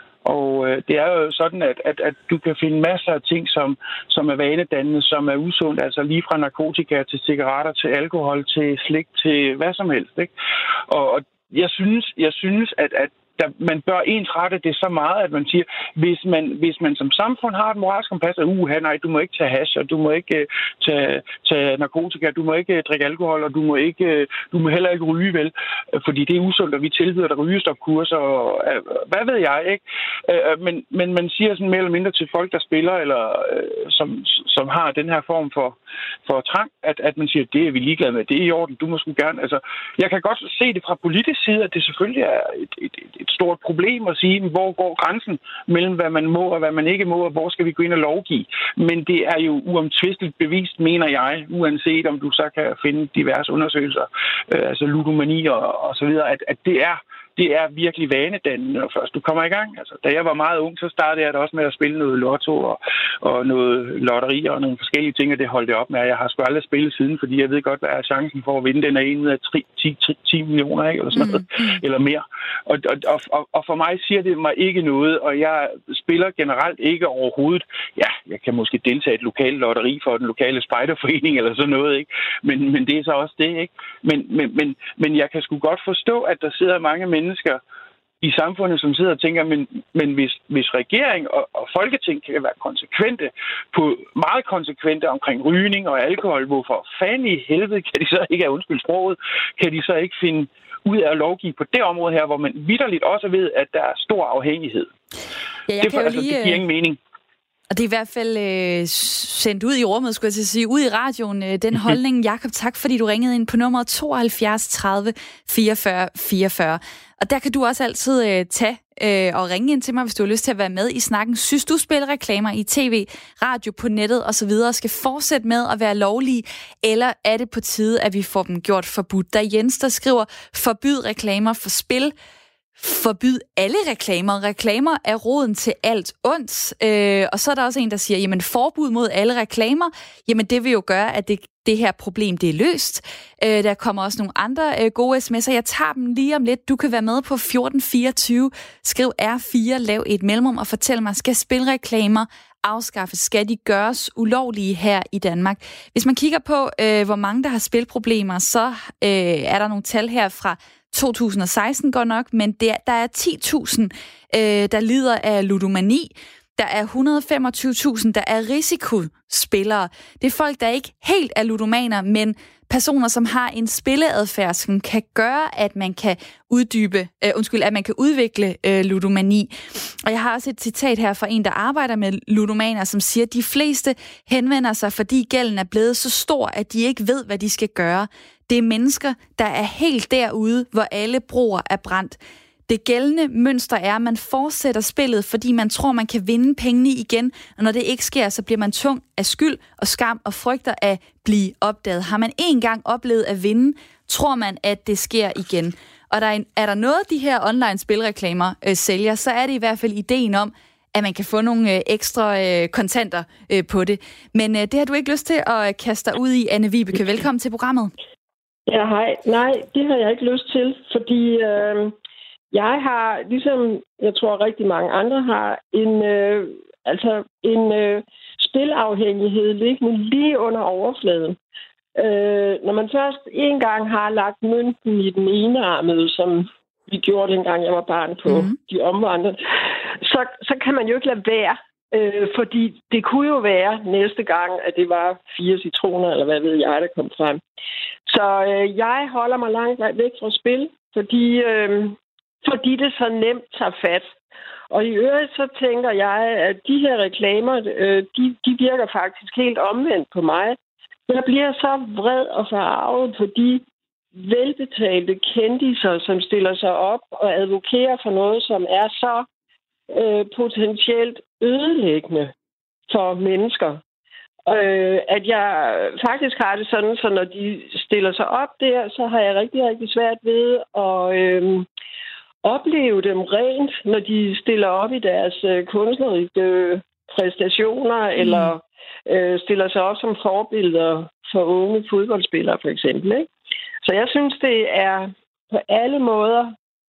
Og øh, det er jo sådan, at, at, at du kan finde masser af ting, som, som er vanedannende, som er usundt, altså lige fra narkotika til cigaretter, til alkohol, til slik, til hvad som helst. Ikke? Og, og jeg synes, jeg synes at, at der, man bør ensrette det så meget, at man siger, hvis man, hvis man som samfund har et moralsk kompas, at uh, nej, du må ikke tage hash, og du må ikke uh, tage, tage narkotika, du må ikke uh, drikke alkohol, og du må, ikke, uh, du må heller ikke ryge, vel? Fordi det er usundt, at vi tilbyder der rygestopkurser, og uh, hvad ved jeg, ikke? Uh, men, men man siger sådan mere eller mindre til folk, der spiller, eller uh, som, som har den her form for, for trang, at, at man siger, det er vi ligeglade med, det er i orden, du må sgu gerne. Altså, jeg kan godt se det fra politisk side, at det selvfølgelig er et, et, et, et stort problem at sige, hvor går grænsen mellem, hvad man må og hvad man ikke må, og hvor skal vi gå ind og lovgive. Men det er jo uomtvisteligt bevist, mener jeg, uanset om du så kan finde diverse undersøgelser, øh, altså ludomani og, og så videre, at, at det er det er virkelig vanedannende, når først du kommer i gang. Altså, da jeg var meget ung, så startede jeg da også med at spille noget lotto og, og noget lotteri og nogle forskellige ting, og det holdt jeg op med. Jeg har sgu aldrig spillet siden, fordi jeg ved godt, hvad er chancen for at vinde. Den er en ud af ti millioner, ikke? Eller sådan noget, mm. eller mere. Og, og, og, og for mig siger det mig ikke noget, og jeg spiller generelt ikke overhovedet. Ja, jeg kan måske deltage i et lokalt lotteri for den lokale spejderforening eller sådan noget, ikke? Men, men det er så også det, ikke? Men, men, men, men jeg kan sgu godt forstå, at der sidder mange mennesker mennesker i samfundet, som sidder og tænker, men, men hvis, hvis regering og, og folketing kan være konsekvente, på meget konsekvente omkring rygning og alkohol, hvorfor fanden i helvede kan de så ikke, af undskyld sproget, kan de så ikke finde ud af at lovgive på det område her, hvor man vitterligt også ved, at der er stor afhængighed. Ja, jeg det, kan altså, lige, det giver ingen mening. Og det er i hvert fald øh, sendt ud i rummet, skulle jeg til at sige, ud i radioen, øh, den holdning. Jakob, tak fordi du ringede ind på nummer tooghalvfjerds tredive fireogfyrre fireogfyrre. Og der kan du også altid øh, tage øh, og ringe ind til mig, hvis du har lyst til at være med i snakken. Synes du, spilreklamer i tv, radio, på nettet osv. skal fortsætte med at være lovlige, eller er det på tide, at vi får dem gjort forbudt? Der er Jens, der skriver, forbyd reklamer for spil. Forbyd alle reklamer. Reklamer er roden til alt ondt. Øh, og så er der også en, der siger, jamen forbud mod alle reklamer, jamen det vil jo gøre, at det, det her problem, det er løst. Øh, der kommer også nogle andre øh, gode sms'er. Jeg tager dem lige om lidt. Du kan være med på fjorten fireogtyve. Skriv R fire, lav et mellemrum og fortæl mig, skal spilreklamer afskaffes? Skal de gøres ulovlige her i Danmark? Hvis man kigger på, øh, hvor mange der har spilproblemer, så øh, er der nogle tal her fra to tusind og seksten godt nok, men der, der er ti tusind, øh, der lider af ludomani. Der er et hundrede og femogtyve tusind, der er risikospillere. Det er folk, der ikke helt er ludomaner, men personer, som har en spilleadfærd, som kan gøre, at man kan uddybe, øh, undskyld, at man kan udvikle øh, ludomani. Og jeg har også et citat her fra en, der arbejder med ludomaner, som siger, at de fleste henvender sig, fordi gælden er blevet så stor, at de ikke ved, hvad de skal gøre. Det er mennesker, der er helt derude, hvor alle broer er brændt. Det gældende mønster er, at man fortsætter spillet, fordi man tror, man kan vinde pengene igen, og når det ikke sker, så bliver man tung af skyld og skam og frygter at blive opdaget. Har man en gang oplevet at vinde, tror man, at det sker igen. Og der er, en, er der noget, de her online spilreklamer øh, sælger, så er det i hvert fald ideen om, at man kan få nogle øh, ekstra øh, kontanter øh, på det. Men øh, det har du ikke lyst til at kaste dig ud i, Anne Vibeke. Velkommen til programmet. Ja, hej. Nej, det har jeg ikke lyst til, fordi øh, jeg har, ligesom jeg tror rigtig mange andre har, en, øh, altså en øh, spilafhængighed liggende lige under overfladen. Øh, når man først en gang har lagt mønten i den ene armede, som vi gjorde dengang jeg var barn på mm. de omvandrede, så, så kan man jo ikke lade være. Øh, fordi det kunne jo være næste gang, at det var fire citroner, eller hvad ved jeg, der kom frem. Så øh, jeg holder mig langt væk fra spil, fordi, øh, fordi det så nemt tager fat. Og i øvrigt så tænker jeg, at de her reklamer, øh, de, de virker faktisk helt omvendt på mig. Jeg bliver så vred og forarvet på de velbetalte kendiser, som stiller sig op og advokerer for noget, som er så øh, potentielt ødelæggende for mennesker. Øh, at jeg faktisk har det sådan, så når de stiller sig op der, så har jeg rigtig, rigtig svært ved at øh, opleve dem rent, når de stiller op i deres øh, kunstneriske præstationer, mm. eller øh, stiller sig op som forbilleder for unge fodboldspillere, for eksempel. Ikke? Så jeg synes, det er på alle måder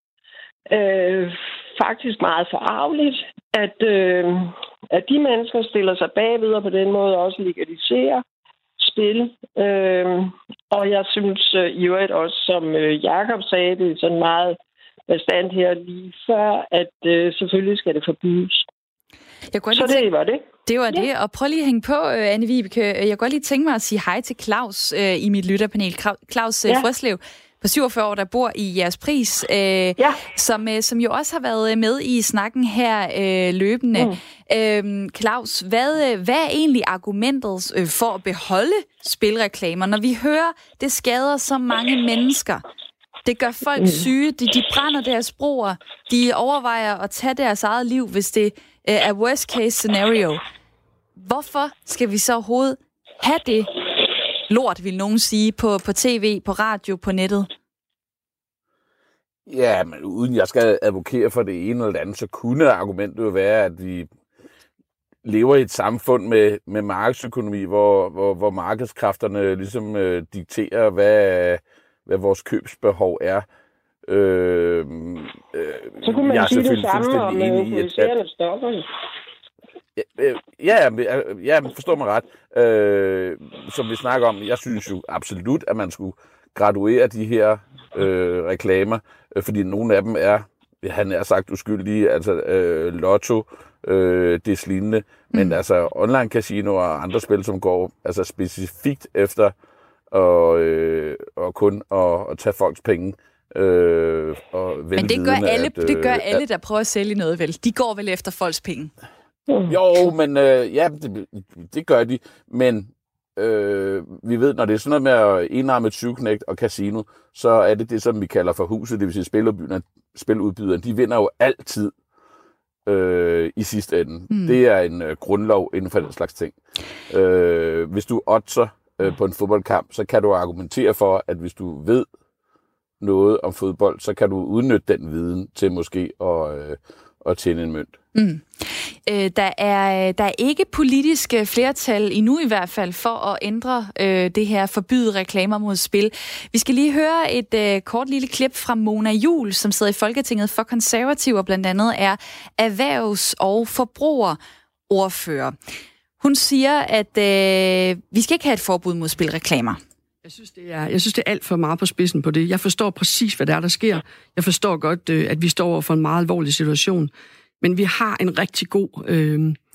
øh, faktisk meget forarveligt, at, øh, at de mennesker stiller sig bagved og på den måde også legaliserer spil. Øh, og jeg synes øh, i øvrigt også, som øh, Jakob sagde, det er sådan meget bestand her lige før, at øh, selvfølgelig skal det forbydes. Jeg Så det tænke, var det. Det var ja. det, og prøv lige at hænge på, uh, Anne Vibeke. Jeg kan godt lige tænke mig at sige hej til Claus uh, i mit lytterpanel. Claus uh, ja. Frøslev på syvogfyrre år, der bor i Jægerspris, uh, ja. som, uh, som jo også har været med i snakken her uh, løbende. Mm. Uh, Claus, hvad, uh, hvad er egentlig argumentet uh, for at beholde spilreklamer, når vi hører, det skader så mange mennesker? Det gør folk mm. syge, de, de brænder deres broer, de overvejer at tage deres eget liv, hvis det øh, er worst case scenario. Hvorfor skal vi så overhovedet have det lort, vil nogen sige, på, på tv, på radio, på nettet? Ja, men uden jeg skal advokere for det ene eller det andet, så kunne argumentet jo være, at vi lever i et samfund med, med markedsøkonomi, hvor, hvor, hvor markedskræfterne ligesom øh, dikterer, hvad hvad vores købsbehov er. Øh, øh, så kunne man jeg sige det samme om euforiserende stoffer. Ja, ja, ja, forstår mig ret. Øh, som vi snakker om, jeg synes jo absolut, at man skulle graduere de her øh, reklamer, øh, fordi nogle af dem er, han er sagt uskyldige, altså øh, lotto, øh, det er lignende, mm. men altså online casino og andre spil, som går altså specifikt efter Og, øh, og kun at, at tage folks penge. Øh, og Men det gør, alle, at, øh, det gør alle, der prøver at sælge noget, vel? De går vel efter folks penge? Jo, men øh, ja, det, det gør de. Men øh, vi ved, når det er sådan noget med enarmet tyveknægt og casino, så er det det, som vi kalder for huset, det vil sige spiludbyderne. Spiludbyderne, de vinder jo altid øh, i sidste ende. Mm. Det er en øh, grundlov inden for den slags ting. Øh, hvis du oddser på en fodboldkamp, så kan du argumentere for, at hvis du ved noget om fodbold, så kan du udnytte den viden til måske at, øh, at tjene en mønt. Mm. Øh, der, er, der er ikke politisk flertal, endnu i hvert fald, for at ændre øh, det her forbyde reklamer mod spil. Vi skal lige høre et øh, kort lille klip fra Mona Juul, som sidder i Folketinget for Konservative, og blandt andet er erhvervs- og forbrugerordfører. Hun siger, at øh, vi skal ikke have et forbud mod spilreklamer. Jeg synes, det er, jeg synes, det er alt for meget på spidsen på det. Jeg forstår præcis, hvad der er, der sker. Jeg forstår godt, øh, at vi står over for en meget alvorlig situation. Men vi har en rigtig god øh,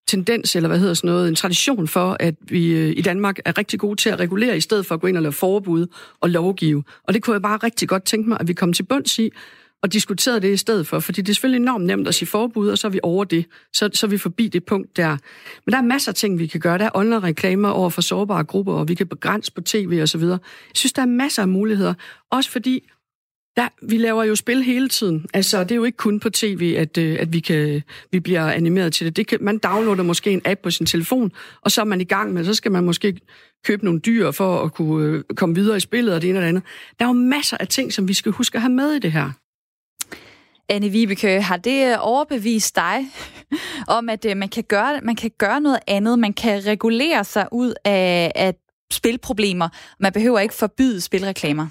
tendens, eller hvad hedder sådan noget, en tradition for, at vi øh, i Danmark er rigtig gode til at regulere, i stedet for at gå ind og lave forbud og lovgive. Og det kunne jeg bare rigtig godt tænke mig, at vi kom til bunds i, og diskuterede det i stedet for, fordi det er selvfølgelig enormt nemt at sige forbud, og så er vi over det, så, så er vi forbi det punkt der. Men der er masser af ting, vi kan gøre. Der er online reklamer over for sårbare grupper, og vi kan begrænse på tv og så videre. Jeg synes, der er masser af muligheder, også fordi der, vi laver jo spil hele tiden. Altså, det er jo ikke kun på tv, at, at vi, kan, vi bliver animeret til det. det kan, man downloader måske en app på sin telefon, og så er man i gang med, så skal man måske købe nogle dyr for at kunne komme videre i spillet og det ene og det andet. Der er jo masser af ting, som vi skal huske at have med i det her. Anne Vibeke, har det overbevist dig om, at man kan gøre, man kan gøre noget andet? Man kan regulere sig ud af, af spilproblemer. Man behøver ikke forbyde spilreklamer.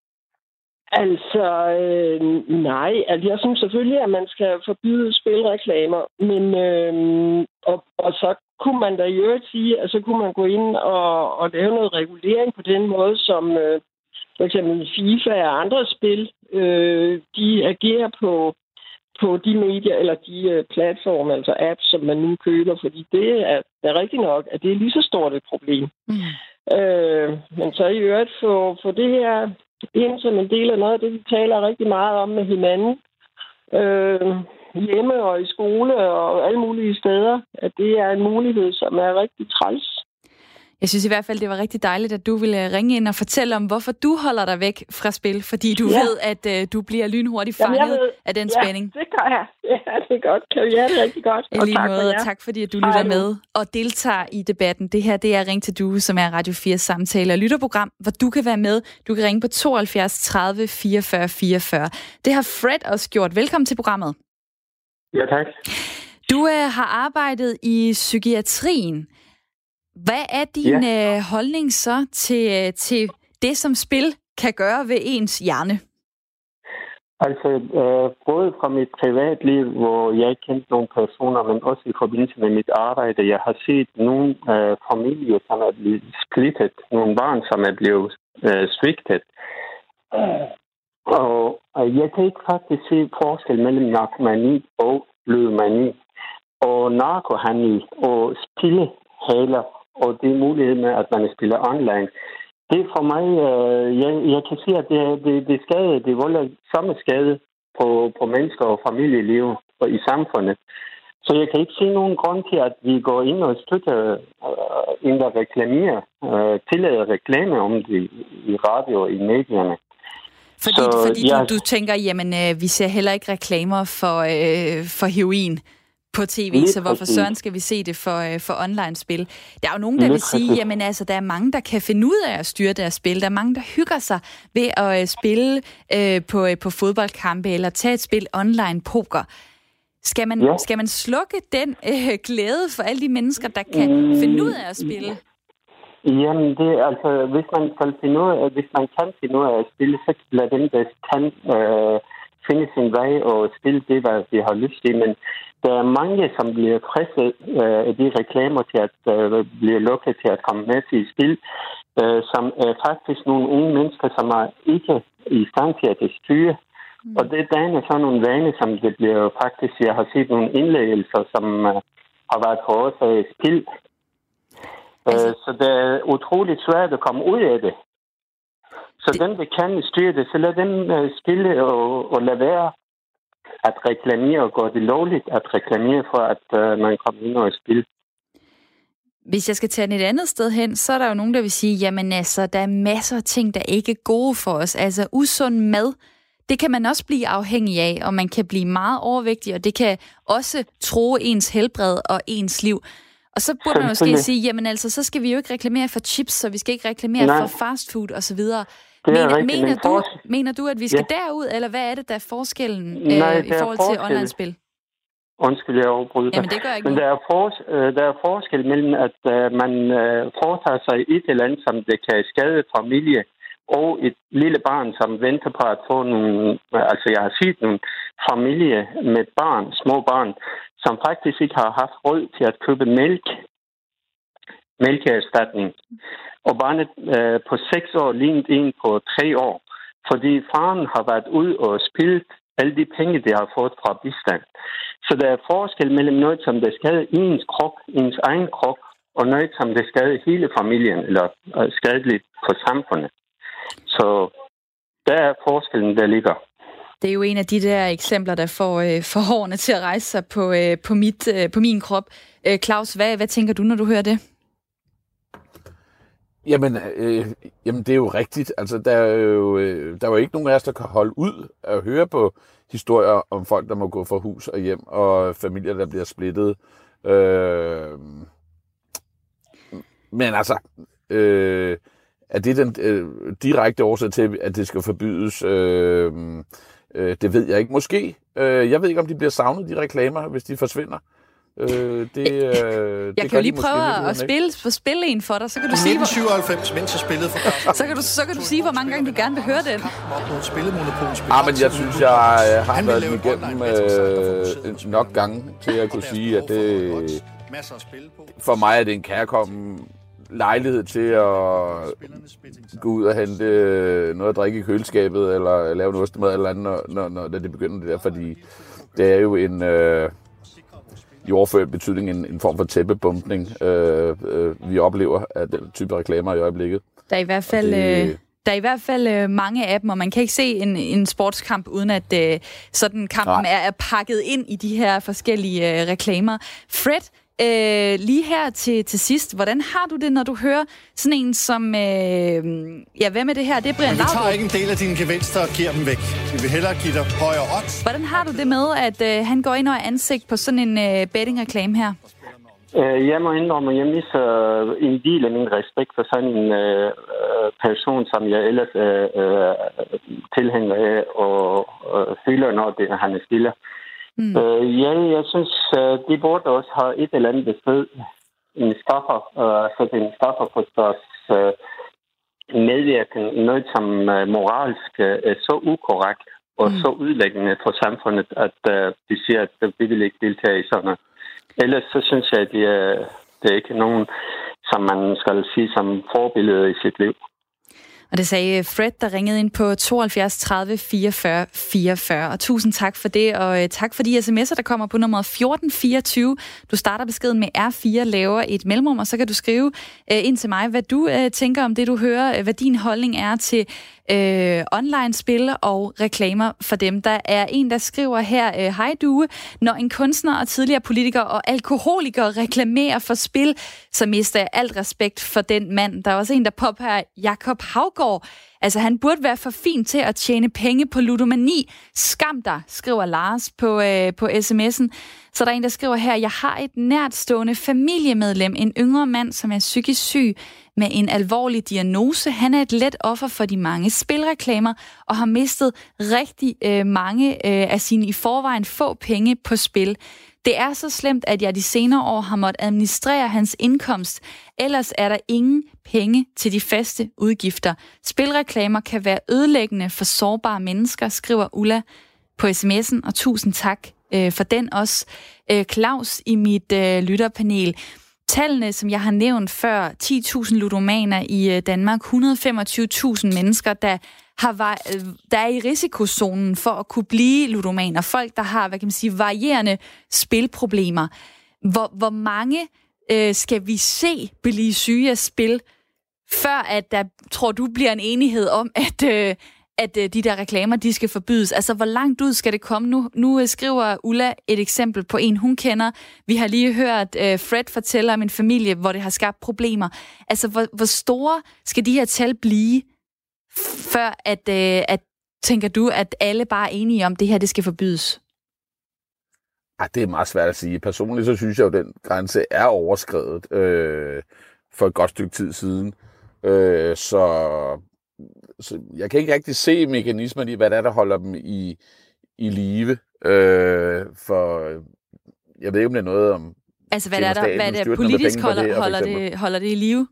Altså, øh, nej. Altså, jeg synes selvfølgelig, at man skal forbyde spilreklamer. Men, øh, og, og så kunne man da i øvrigt sige, at så kunne man gå ind og, og lave noget regulering på den måde, som øh, for eksempel FIFA og andre spil, øh, de agerer på, på de medier, eller de øh, platforme, altså apps, som man nu køber, fordi det er, er rigtigt nok, at det er lige så stort et problem. Mm. Øh, men så i øvrigt få, få det her ind som en del af noget af det, vi taler rigtig meget om med hinanden, øh, hjemme og i skole og alle mulige steder, at det er en mulighed, som er rigtig træls. Jeg synes i hvert fald, det var rigtig dejligt, at du ville ringe ind og fortælle om, hvorfor du holder dig væk fra spil, fordi du ja. ved, at uh, du bliver lynhurtigt fanget Jamen, ved, af den ja, spænding. det gør jeg. Ja, det er godt. Kan vi have det rigtig godt. I lige måde, og tak fordi, at du lytter med og deltager i debatten. Det her, det er Ring til Due, som er Radio fire samtale- og lytterprogram, hvor du kan være med. Du kan ringe på tooghalvfjerds tredive fireogfyrre fireogfyrre. Det har Fred også gjort. Velkommen til programmet. Ja, tak. Du uh, har arbejdet i psykiatrien. Hvad er din ja. øh, holdning så til, til det, som spil kan gøre ved ens hjerne? Altså, øh, både fra mit privatliv, hvor jeg ikke kendte nogle personer, men også i forbindelse med mit arbejde. Jeg har set nogle øh, familier, som er blevet splittet. Nogle børn, som er blevet øh, svigtet. Øh, og øh, jeg kan ikke faktisk se forskel mellem narkomani og ludomani. Og narkohandel og spillehaler. Og det er mulighed med, at man spiller online. Det er for mig, øh, jeg, jeg kan sige, at det, det, det skade, det volder samme skade på, på mennesker og familieliv og i samfundet. Så jeg kan ikke se nogen grund til, at vi går ind og støtter, øh, ind og reklamerer, øh, tillader reklame om det i radio og i medierne. Fordi, Så, fordi jeg, du, du tænker, jamen øh, vi ser heller ikke reklamer for, øh, for heroin på tv, lige så hvorfor søren skal vi se det for, øh, for online-spil? Der er jo nogen, der lige vil sige, præcis. Jamen altså, der er mange, der kan finde ud af at styre deres spil. Der er mange, der hygger sig ved at øh, spille øh, på, øh, på fodboldkampe eller tage et spil online poker. Skal man, ja. skal man slukke den øh, glæde for alle de mennesker, der kan mm. finde ud af at spille? Jamen, det altså, hvis man kan finde ud af, hvis man kan finde ud af at spille, så lad dem, der kan øh, finde sin vej og spille det, hvad de har lyst til. Men der er mange, som bliver presset øh, af de reklamer til at øh, blive lukket til at komme med til spil, øh, som er faktisk nogle unge mennesker, som er ikke i stand til at styre. Mm. Og det danner så nogle vaner, som det bliver faktisk, jeg har set nogle indlæggelser, som øh, har været for os af spil. Altså... Øh, så det er utroligt svært at komme ud af det. Så det... dem, der kan styre det, så lad dem øh, spille og, og lade være at reklamere og gøre det lovligt at reklamere for, at øh, man kommer ind og spille. Hvis jeg skal tage et andet sted hen, så er der jo nogen, der vil sige, jamen altså, der er masser af ting, der ikke er gode for os. Altså usund mad, det kan man også blive afhængig af, og man kan blive meget overvægtig, og det kan også true ens helbred og ens liv. Og så burde man måske sige, jamen altså, så skal vi jo ikke reklamere for chips, så vi skal ikke reklamere Nej. for fast food osv. Mener, rigtigt, mener, du, for... mener du, at vi skal ja. derud, eller hvad er det, der er forskellen øh, Nej, i forhold til online-spil? Undskyld, jeg overbryder. Jamen, det gør jeg ikke. Men der er, fors- øh, der er forskel mellem, at øh, man øh, foretager sig et eller andet, som det kan skade familie, og et lille barn, som venter på at få nogle... Altså, jeg har set nogle familie med barn, små barn, som faktisk ikke har haft råd til at købe mælk, mælkeerstatning. Og barnet øh, på seks år lignede en på tre år, fordi faren har været ud og spillet alle de penge, de har fået fra bistand. Så der er forskel mellem noget, som der skader ens krop, ens egen krop, og noget, som der skader hele familien, eller er skadeligt for samfundet. Så der er forskellen, der ligger. Det er jo en af de der eksempler, der får, øh, får hårene til at rejse sig på, øh, på, mit, øh, på min krop. Øh, Claus, hvad, hvad tænker du, når du hører det? Jamen, øh, jamen, det er jo rigtigt. Altså, der er jo, øh, der er jo ikke nogen af os, der kan holde ud at høre på historier om folk, der må gå fra hus og hjem, og familier, der bliver splittet. Øh, men altså, øh, er det den øh, direkte årsag til, at det skal forbydes? Øh, øh, det ved jeg ikke. Måske. Øh, jeg ved ikke, om de bliver savnet, de reklamer, hvis de forsvinder. Øh, det, øh, jeg det kan jo lige prøve at spille, for spille en for dig, så kan du sige, nitten syvoghalvfems, mens jeg spillede for Carsten. så kan du så kan du sige, hvor mange gange du gerne vil høre den. Ah, men jeg synes, jeg har været igennem øh, nok gange til at kunne sige, at det for mig er det en kærkommen lejlighed til at gå ud og hente noget at drikke i køleskabet, eller lave noget ostemad eller andet, når, når, når det begynder det der, fordi det er jo en øh, i overført betydning en, en form for tæppebumpning, øh, øh, vi oplever af den type reklamer i øjeblikket. Der er i hvert fald, det... øh, der er i hvert fald øh, mange af dem, og man kan ikke se en, en sportskamp, uden at øh, sådan kampen er, er pakket ind i de her forskellige øh, reklamer. Fred, øh, lige her til, til sidst, hvordan har du det, når du hører sådan en som, øh, ja, hvad med det her? Det er Brian Laudrup. Vi tager ikke en del af dine gevinster og giver dem væk. Vi vil hellere give dig højere odds. Hvordan har du det med, at øh, han går ind og er ansigt på sådan en øh, betting-reklame her? Jeg må indrømme, at jeg misser en del af min respekt for sådan en øh, person, som jeg ellers er øh, tilhænger af og øh, føler, når det, han er stille. Mm. Øh, ja, jeg synes, de burde også have et eller andet besøg. En stoffer, øh, så den stoffer på deres øh, medvirken. Noget, som øh, moralsk øh, er så ukorrekt og mm. så udlæggende for samfundet, at øh, de siger, at vi vil ikke deltage i sådan noget. Ellers så synes jeg, at det er, det er ikke nogen, som man skal sige som forbillede i sit liv. Og det sagde Fred, der ringede ind på tooghalvfjerds tredive fireogfyrre fireogfyrre. Og tusind tak for det, og tak for de sms'er, der kommer på nummer fjorten fireogtyve. Du starter beskeden med R fire, laver et mellemrum, og så kan du skrive ind til mig, hvad du tænker om det, du hører, hvad din holdning er til øh, online-spil og reklamer for dem. Der er en, der skriver her, hej Due, når en kunstner og tidligere politiker og alkoholiker reklamerer for spil, så mister jeg alt respekt for den mand. Der er også en, der påpeger Jakob Havgård. Altså, han burde være for fin til at tjene penge på ludomani. Skam dig, skriver Lars på, øh, på sms'en. Så der er en, der skriver her, jeg har et nærtstående familiemedlem, en yngre mand, som er psykisk syg med en alvorlig diagnose. Han er et let offer for de mange spilreklamer og har mistet rigtig øh, mange øh, af sine i forvejen få penge på spil. Det er så slemt, at jeg de senere år har måttet administrere hans indkomst. Ellers er der ingen penge til de faste udgifter. Spilreklamer kan være ødelæggende for sårbare mennesker, skriver Ulla på sms'en, og tusind tak øh, for den også. Øh, Claus i mit øh, lytterpanel. Tallene, som jeg har nævnt før, ti tusind ludomaner i Danmark, et hundrede og femogtyve tusind mennesker, der, har, der er i risikozonen for at kunne blive ludomaner. Folk, der har, hvad kan man sige, varierende spilproblemer. Hvor, hvor mange øh, skal vi se blive syge af spil, før at der, tror du, bliver en enighed om, at... Øh, at de der reklamer, de skal forbydes. Altså, hvor langt ud skal det komme nu? Nu skriver Ulla et eksempel på en, hun kender. Vi har lige hørt uh, Fred fortælle om en familie, hvor det har skabt problemer. Altså, hvor, hvor store skal de her tal blive, før at, uh, at tænker du, at alle bare er enige om, det her, det skal forbydes? Ej, det er meget svært at sige. Personligt så synes jeg jo, at den grænse er overskredet øh, for et godt stykke tid siden. Øh, så... Så jeg kan ikke rigtig se mekanismerne i, hvad det er, der holder dem i, i live. Øh, for jeg ved ikke, om det er noget om... Altså, hvad er der, hvad er det politisk holder, det, holder, det, holder det i live?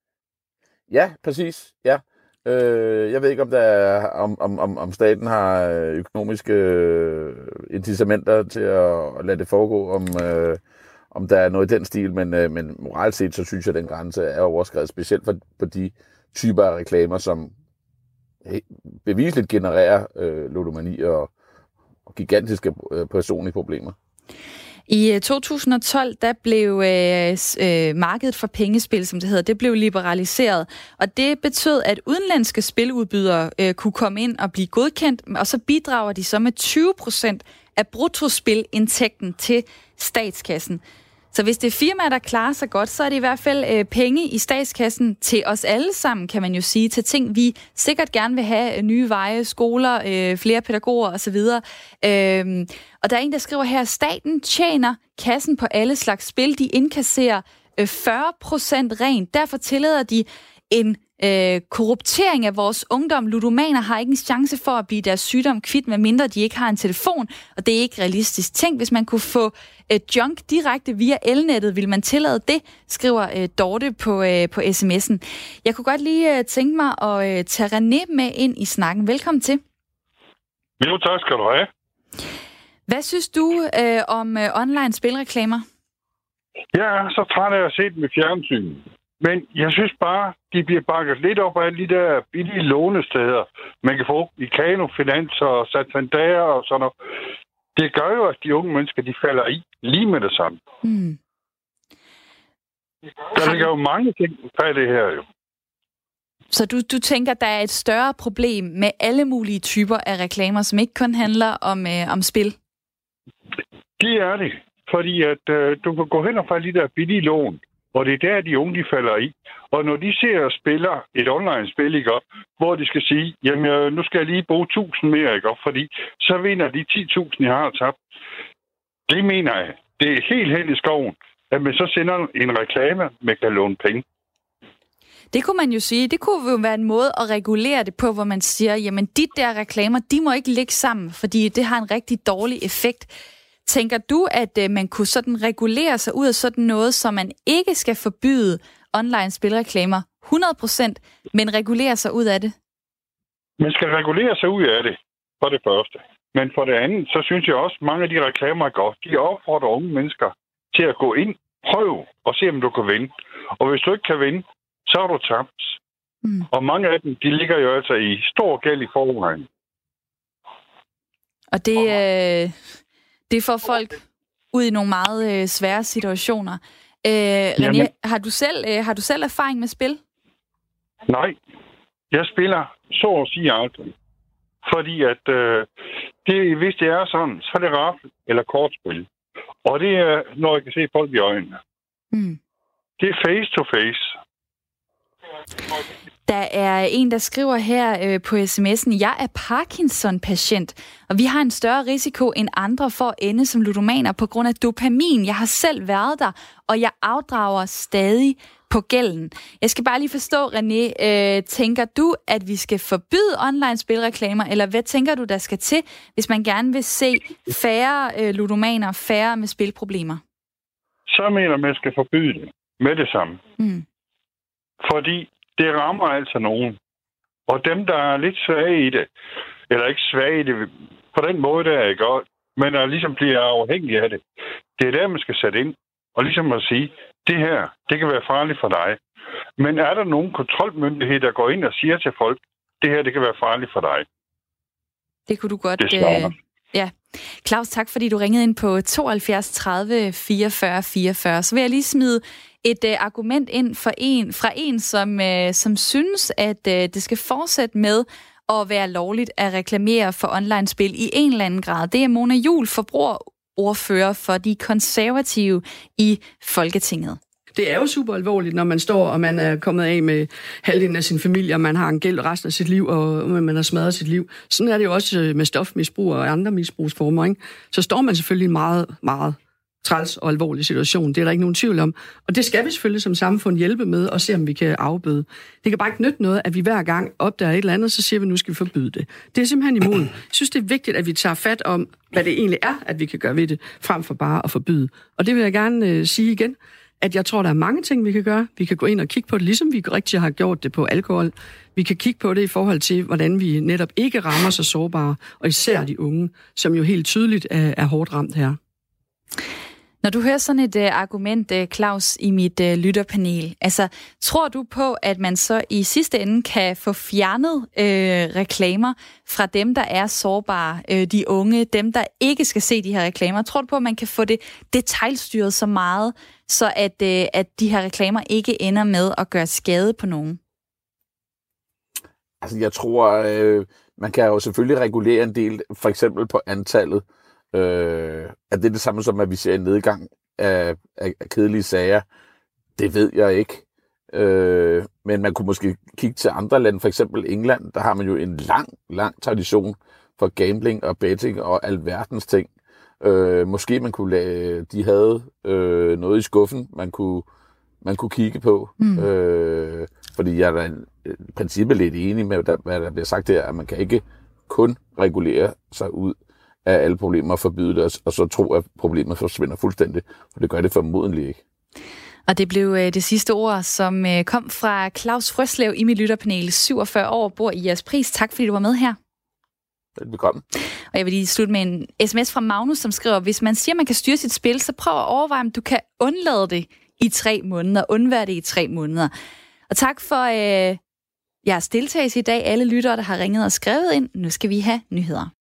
Ja, præcis. Ja. Øh, jeg ved ikke, om, der er, om, om, om staten har økonomiske incitamenter til at lade det foregå, om, øh, om der er noget i den stil, men, øh, men moralt set, så synes jeg, at den grænse er overskredet, specielt for, for de typer af reklamer, som bevisligt genererer øh, ludomani og, og gigantiske øh, personlige problemer. I to tusind og tolv, der blev øh, øh, markedet for pengespil, som det hedder, det blev liberaliseret. Og det betød, at udenlandske spiludbydere øh, kunne komme ind og blive godkendt, og så bidrager de så med tyve procent af bruttospilindtægten til statskassen. Så hvis det er firmaer, der klarer sig godt, så er det i hvert fald øh, penge i statskassen til os alle sammen, kan man jo sige, til ting, vi sikkert gerne vil have, nye veje, skoler, øh, flere pædagoger osv. Øh, og der er en, der skriver her, staten tjener kassen på alle slags spil, de indkasserer øh, fyrre procent rent, derfor tillader de en øh, korruptering af vores ungdom. Ludomaner har ikke en chance for at blive deres sygdom kvit, medmindre de ikke har en telefon, og det er ikke realistisk. Tænk, hvis man kunne få øh, junk direkte via elnettet, vil man tillade det, skriver øh, Dorte på, øh, på sms'en. Jeg kunne godt lige øh, tænke mig at øh, tage René med ind i snakken. Velkommen til. Jo, tak skal du have. Hvad synes du øh, om øh, online spilreklamer? Jeg er så træt af at se dem i fjernsynet. Men jeg synes bare, de bliver bakket lidt op af alle de der billige lånesteder, man kan få i Kano, Finans og Santander og sådan noget. Det gør jo, at de unge mennesker, de falder i lige med det samme. Mm. Der ligger jo mange ting bag det her jo. Så du, du tænker, der er et større problem med alle mulige typer af reklamer, som ikke kun handler om, øh, om spil? Det er det. Fordi at øh, du kan gå hen og få de der billige lån. Og det er der, de unge de falder i. Og når de ser og spiller et online-spil, ikke, hvor de skal sige, jamen nu skal jeg lige bruge tusind mere, ikke, fordi så vinder de ti tusind, jeg har tabt. Det mener jeg. Det er helt hen i skoven, at man så sender en reklame, man kan låne penge. Det kunne man jo sige. Det kunne jo være en måde at regulere det på, hvor man siger, jamen de der reklamer, de må ikke ligge sammen, fordi det har en rigtig dårlig effekt. Tænker du, at øh, man kunne sådan regulere sig ud af sådan noget, så man ikke skal forbyde online spilreklamer hundrede procent, men regulere sig ud af det? Man skal regulere sig ud af det, for det første. Men for det andet, så synes jeg også, at mange af de reklamer er godt. De opfordrer unge mennesker til at gå ind, prøve og se, om du kan vinde. Og hvis du ikke kan vinde, så er du tabt. Mm. Og mange af dem, de ligger jo altså i stor gæld i forvejen. Og det... Øh... Det får folk ud i nogle meget øh, svære situationer. Øh, René, har du selv øh, har du selv erfaring med spil? Nej, jeg spiller så at sige aldrig. Fordi at øh, det, hvis det er sådan, så er det raffel eller kortspil. Og det er, når jeg kan se folk i øjnene. Mm. Det er face to face. Der er en, der skriver her øh, på sms'en, jeg er Parkinson-patient, og vi har en større risiko end andre for at ende som ludomaner på grund af dopamin. Jeg har selv været der, og jeg afdrager stadig på gælden. Jeg skal bare lige forstå, René, øh, tænker du, at vi skal forbyde online spilreklamer, eller hvad tænker du, der skal til, hvis man gerne vil se færre øh, ludomaner, færre med spilproblemer? Så mener man, skal forbyde det med det samme. Mm. Fordi det rammer altså nogen. Og dem, der er lidt svage i det, eller ikke svage i det, på den måde, der er godt, men der ligesom bliver afhængig af det. Det er der, man skal sætte ind. Og ligesom at sige, det her, det kan være farligt for dig. Men er der nogen kontrolmyndighed, der går ind og siger til folk, det her, det kan være farligt for dig? Det kunne du godt... Øh, ja. Claus, tak fordi du ringede ind på tooghalvfjerds tredive fireogfyrre fireogfyrre. Så vil jeg lige smide et uh, argument ind for en, fra en, som, uh, som synes, at uh, det skal fortsætte med at være lovligt at reklamere for online-spil i en eller anden grad. Det er Mona Juhl, forbrugerordfører for de konservative i Folketinget. Det er jo super alvorligt, når man står, og man er kommet af med halvdelen af sin familie, og man har en gæld resten af sit liv, og man har smadret sit liv. Sådan er det jo også med stofmisbrug og andre misbrugsformer, ikke? Så står man selvfølgelig i en meget, meget træls og alvorlig situation. Det er der ikke nogen tvivl om. Og det skal vi selvfølgelig som samfund hjælpe med, og se om vi kan afbøde. Det kan bare ikke nytte noget, at vi hver gang opdager et eller andet, så siger vi, nu skal vi forbyde det. Det er simpelthen imod. Jeg synes, det er vigtigt, at vi tager fat om, hvad det egentlig er, at vi kan gøre ved det, frem for bare at forbyde. Og det vil jeg gerne øh, sige igen, at jeg tror, der er mange ting, vi kan gøre. Vi kan gå ind og kigge på det, ligesom vi rigtig har gjort det på alkohol. Vi kan kigge på det i forhold til, hvordan vi netop ikke rammer så sårbare, og især de unge, som jo helt tydeligt er, er hårdt ramt her. Når du hører sådan et uh, argument, uh, Claus, i mit uh, lytterpanel, altså tror du på, at man så i sidste ende kan få fjernet uh, reklamer fra dem, der er sårbare, uh, de unge, dem, der ikke skal se de her reklamer? Tror du på, at man kan få det detailstyret så meget, så at, uh, at de her reklamer ikke ender med at gøre skade på nogen? Altså, jeg tror, øh, man kan jo selvfølgelig regulere en del, for eksempel på antallet. Øh, er det det samme som, at vi ser en nedgang af, af, af kedelige sager? Det ved jeg ikke. Øh, men man kunne måske kigge til andre lande, for eksempel England. Der har man jo en lang, lang tradition for gambling og betting og alverdens ting. Øh, måske man kunne lade, de havde øh, noget i skuffen, man kunne, man kunne kigge på. Mm. Øh, fordi jeg er da i princippet lidt enig med, hvad der bliver sagt her, at man kan ikke kun regulere sig ud af alle problemer og forbyde det, og så tro, at problemet forsvinder fuldstændig, for det gør det formodentlig ikke. Og det blev det sidste ord, som kom fra Claus Frøslev i mit lytterpanel. syvogfyrre år, bor i Jægerspris. Tak fordi du var med her. Velbekomme. Og jeg vil lige slutte med en sms fra Magnus, som skriver, hvis man siger, at man kan styre sit spil, så prøv at overveje, om du kan undlade det i tre måneder, undvære det i tre måneder. Og tak for øh, jeres deltagelse i dag, alle lyttere, der har ringet og skrevet ind. Nu skal vi have nyheder.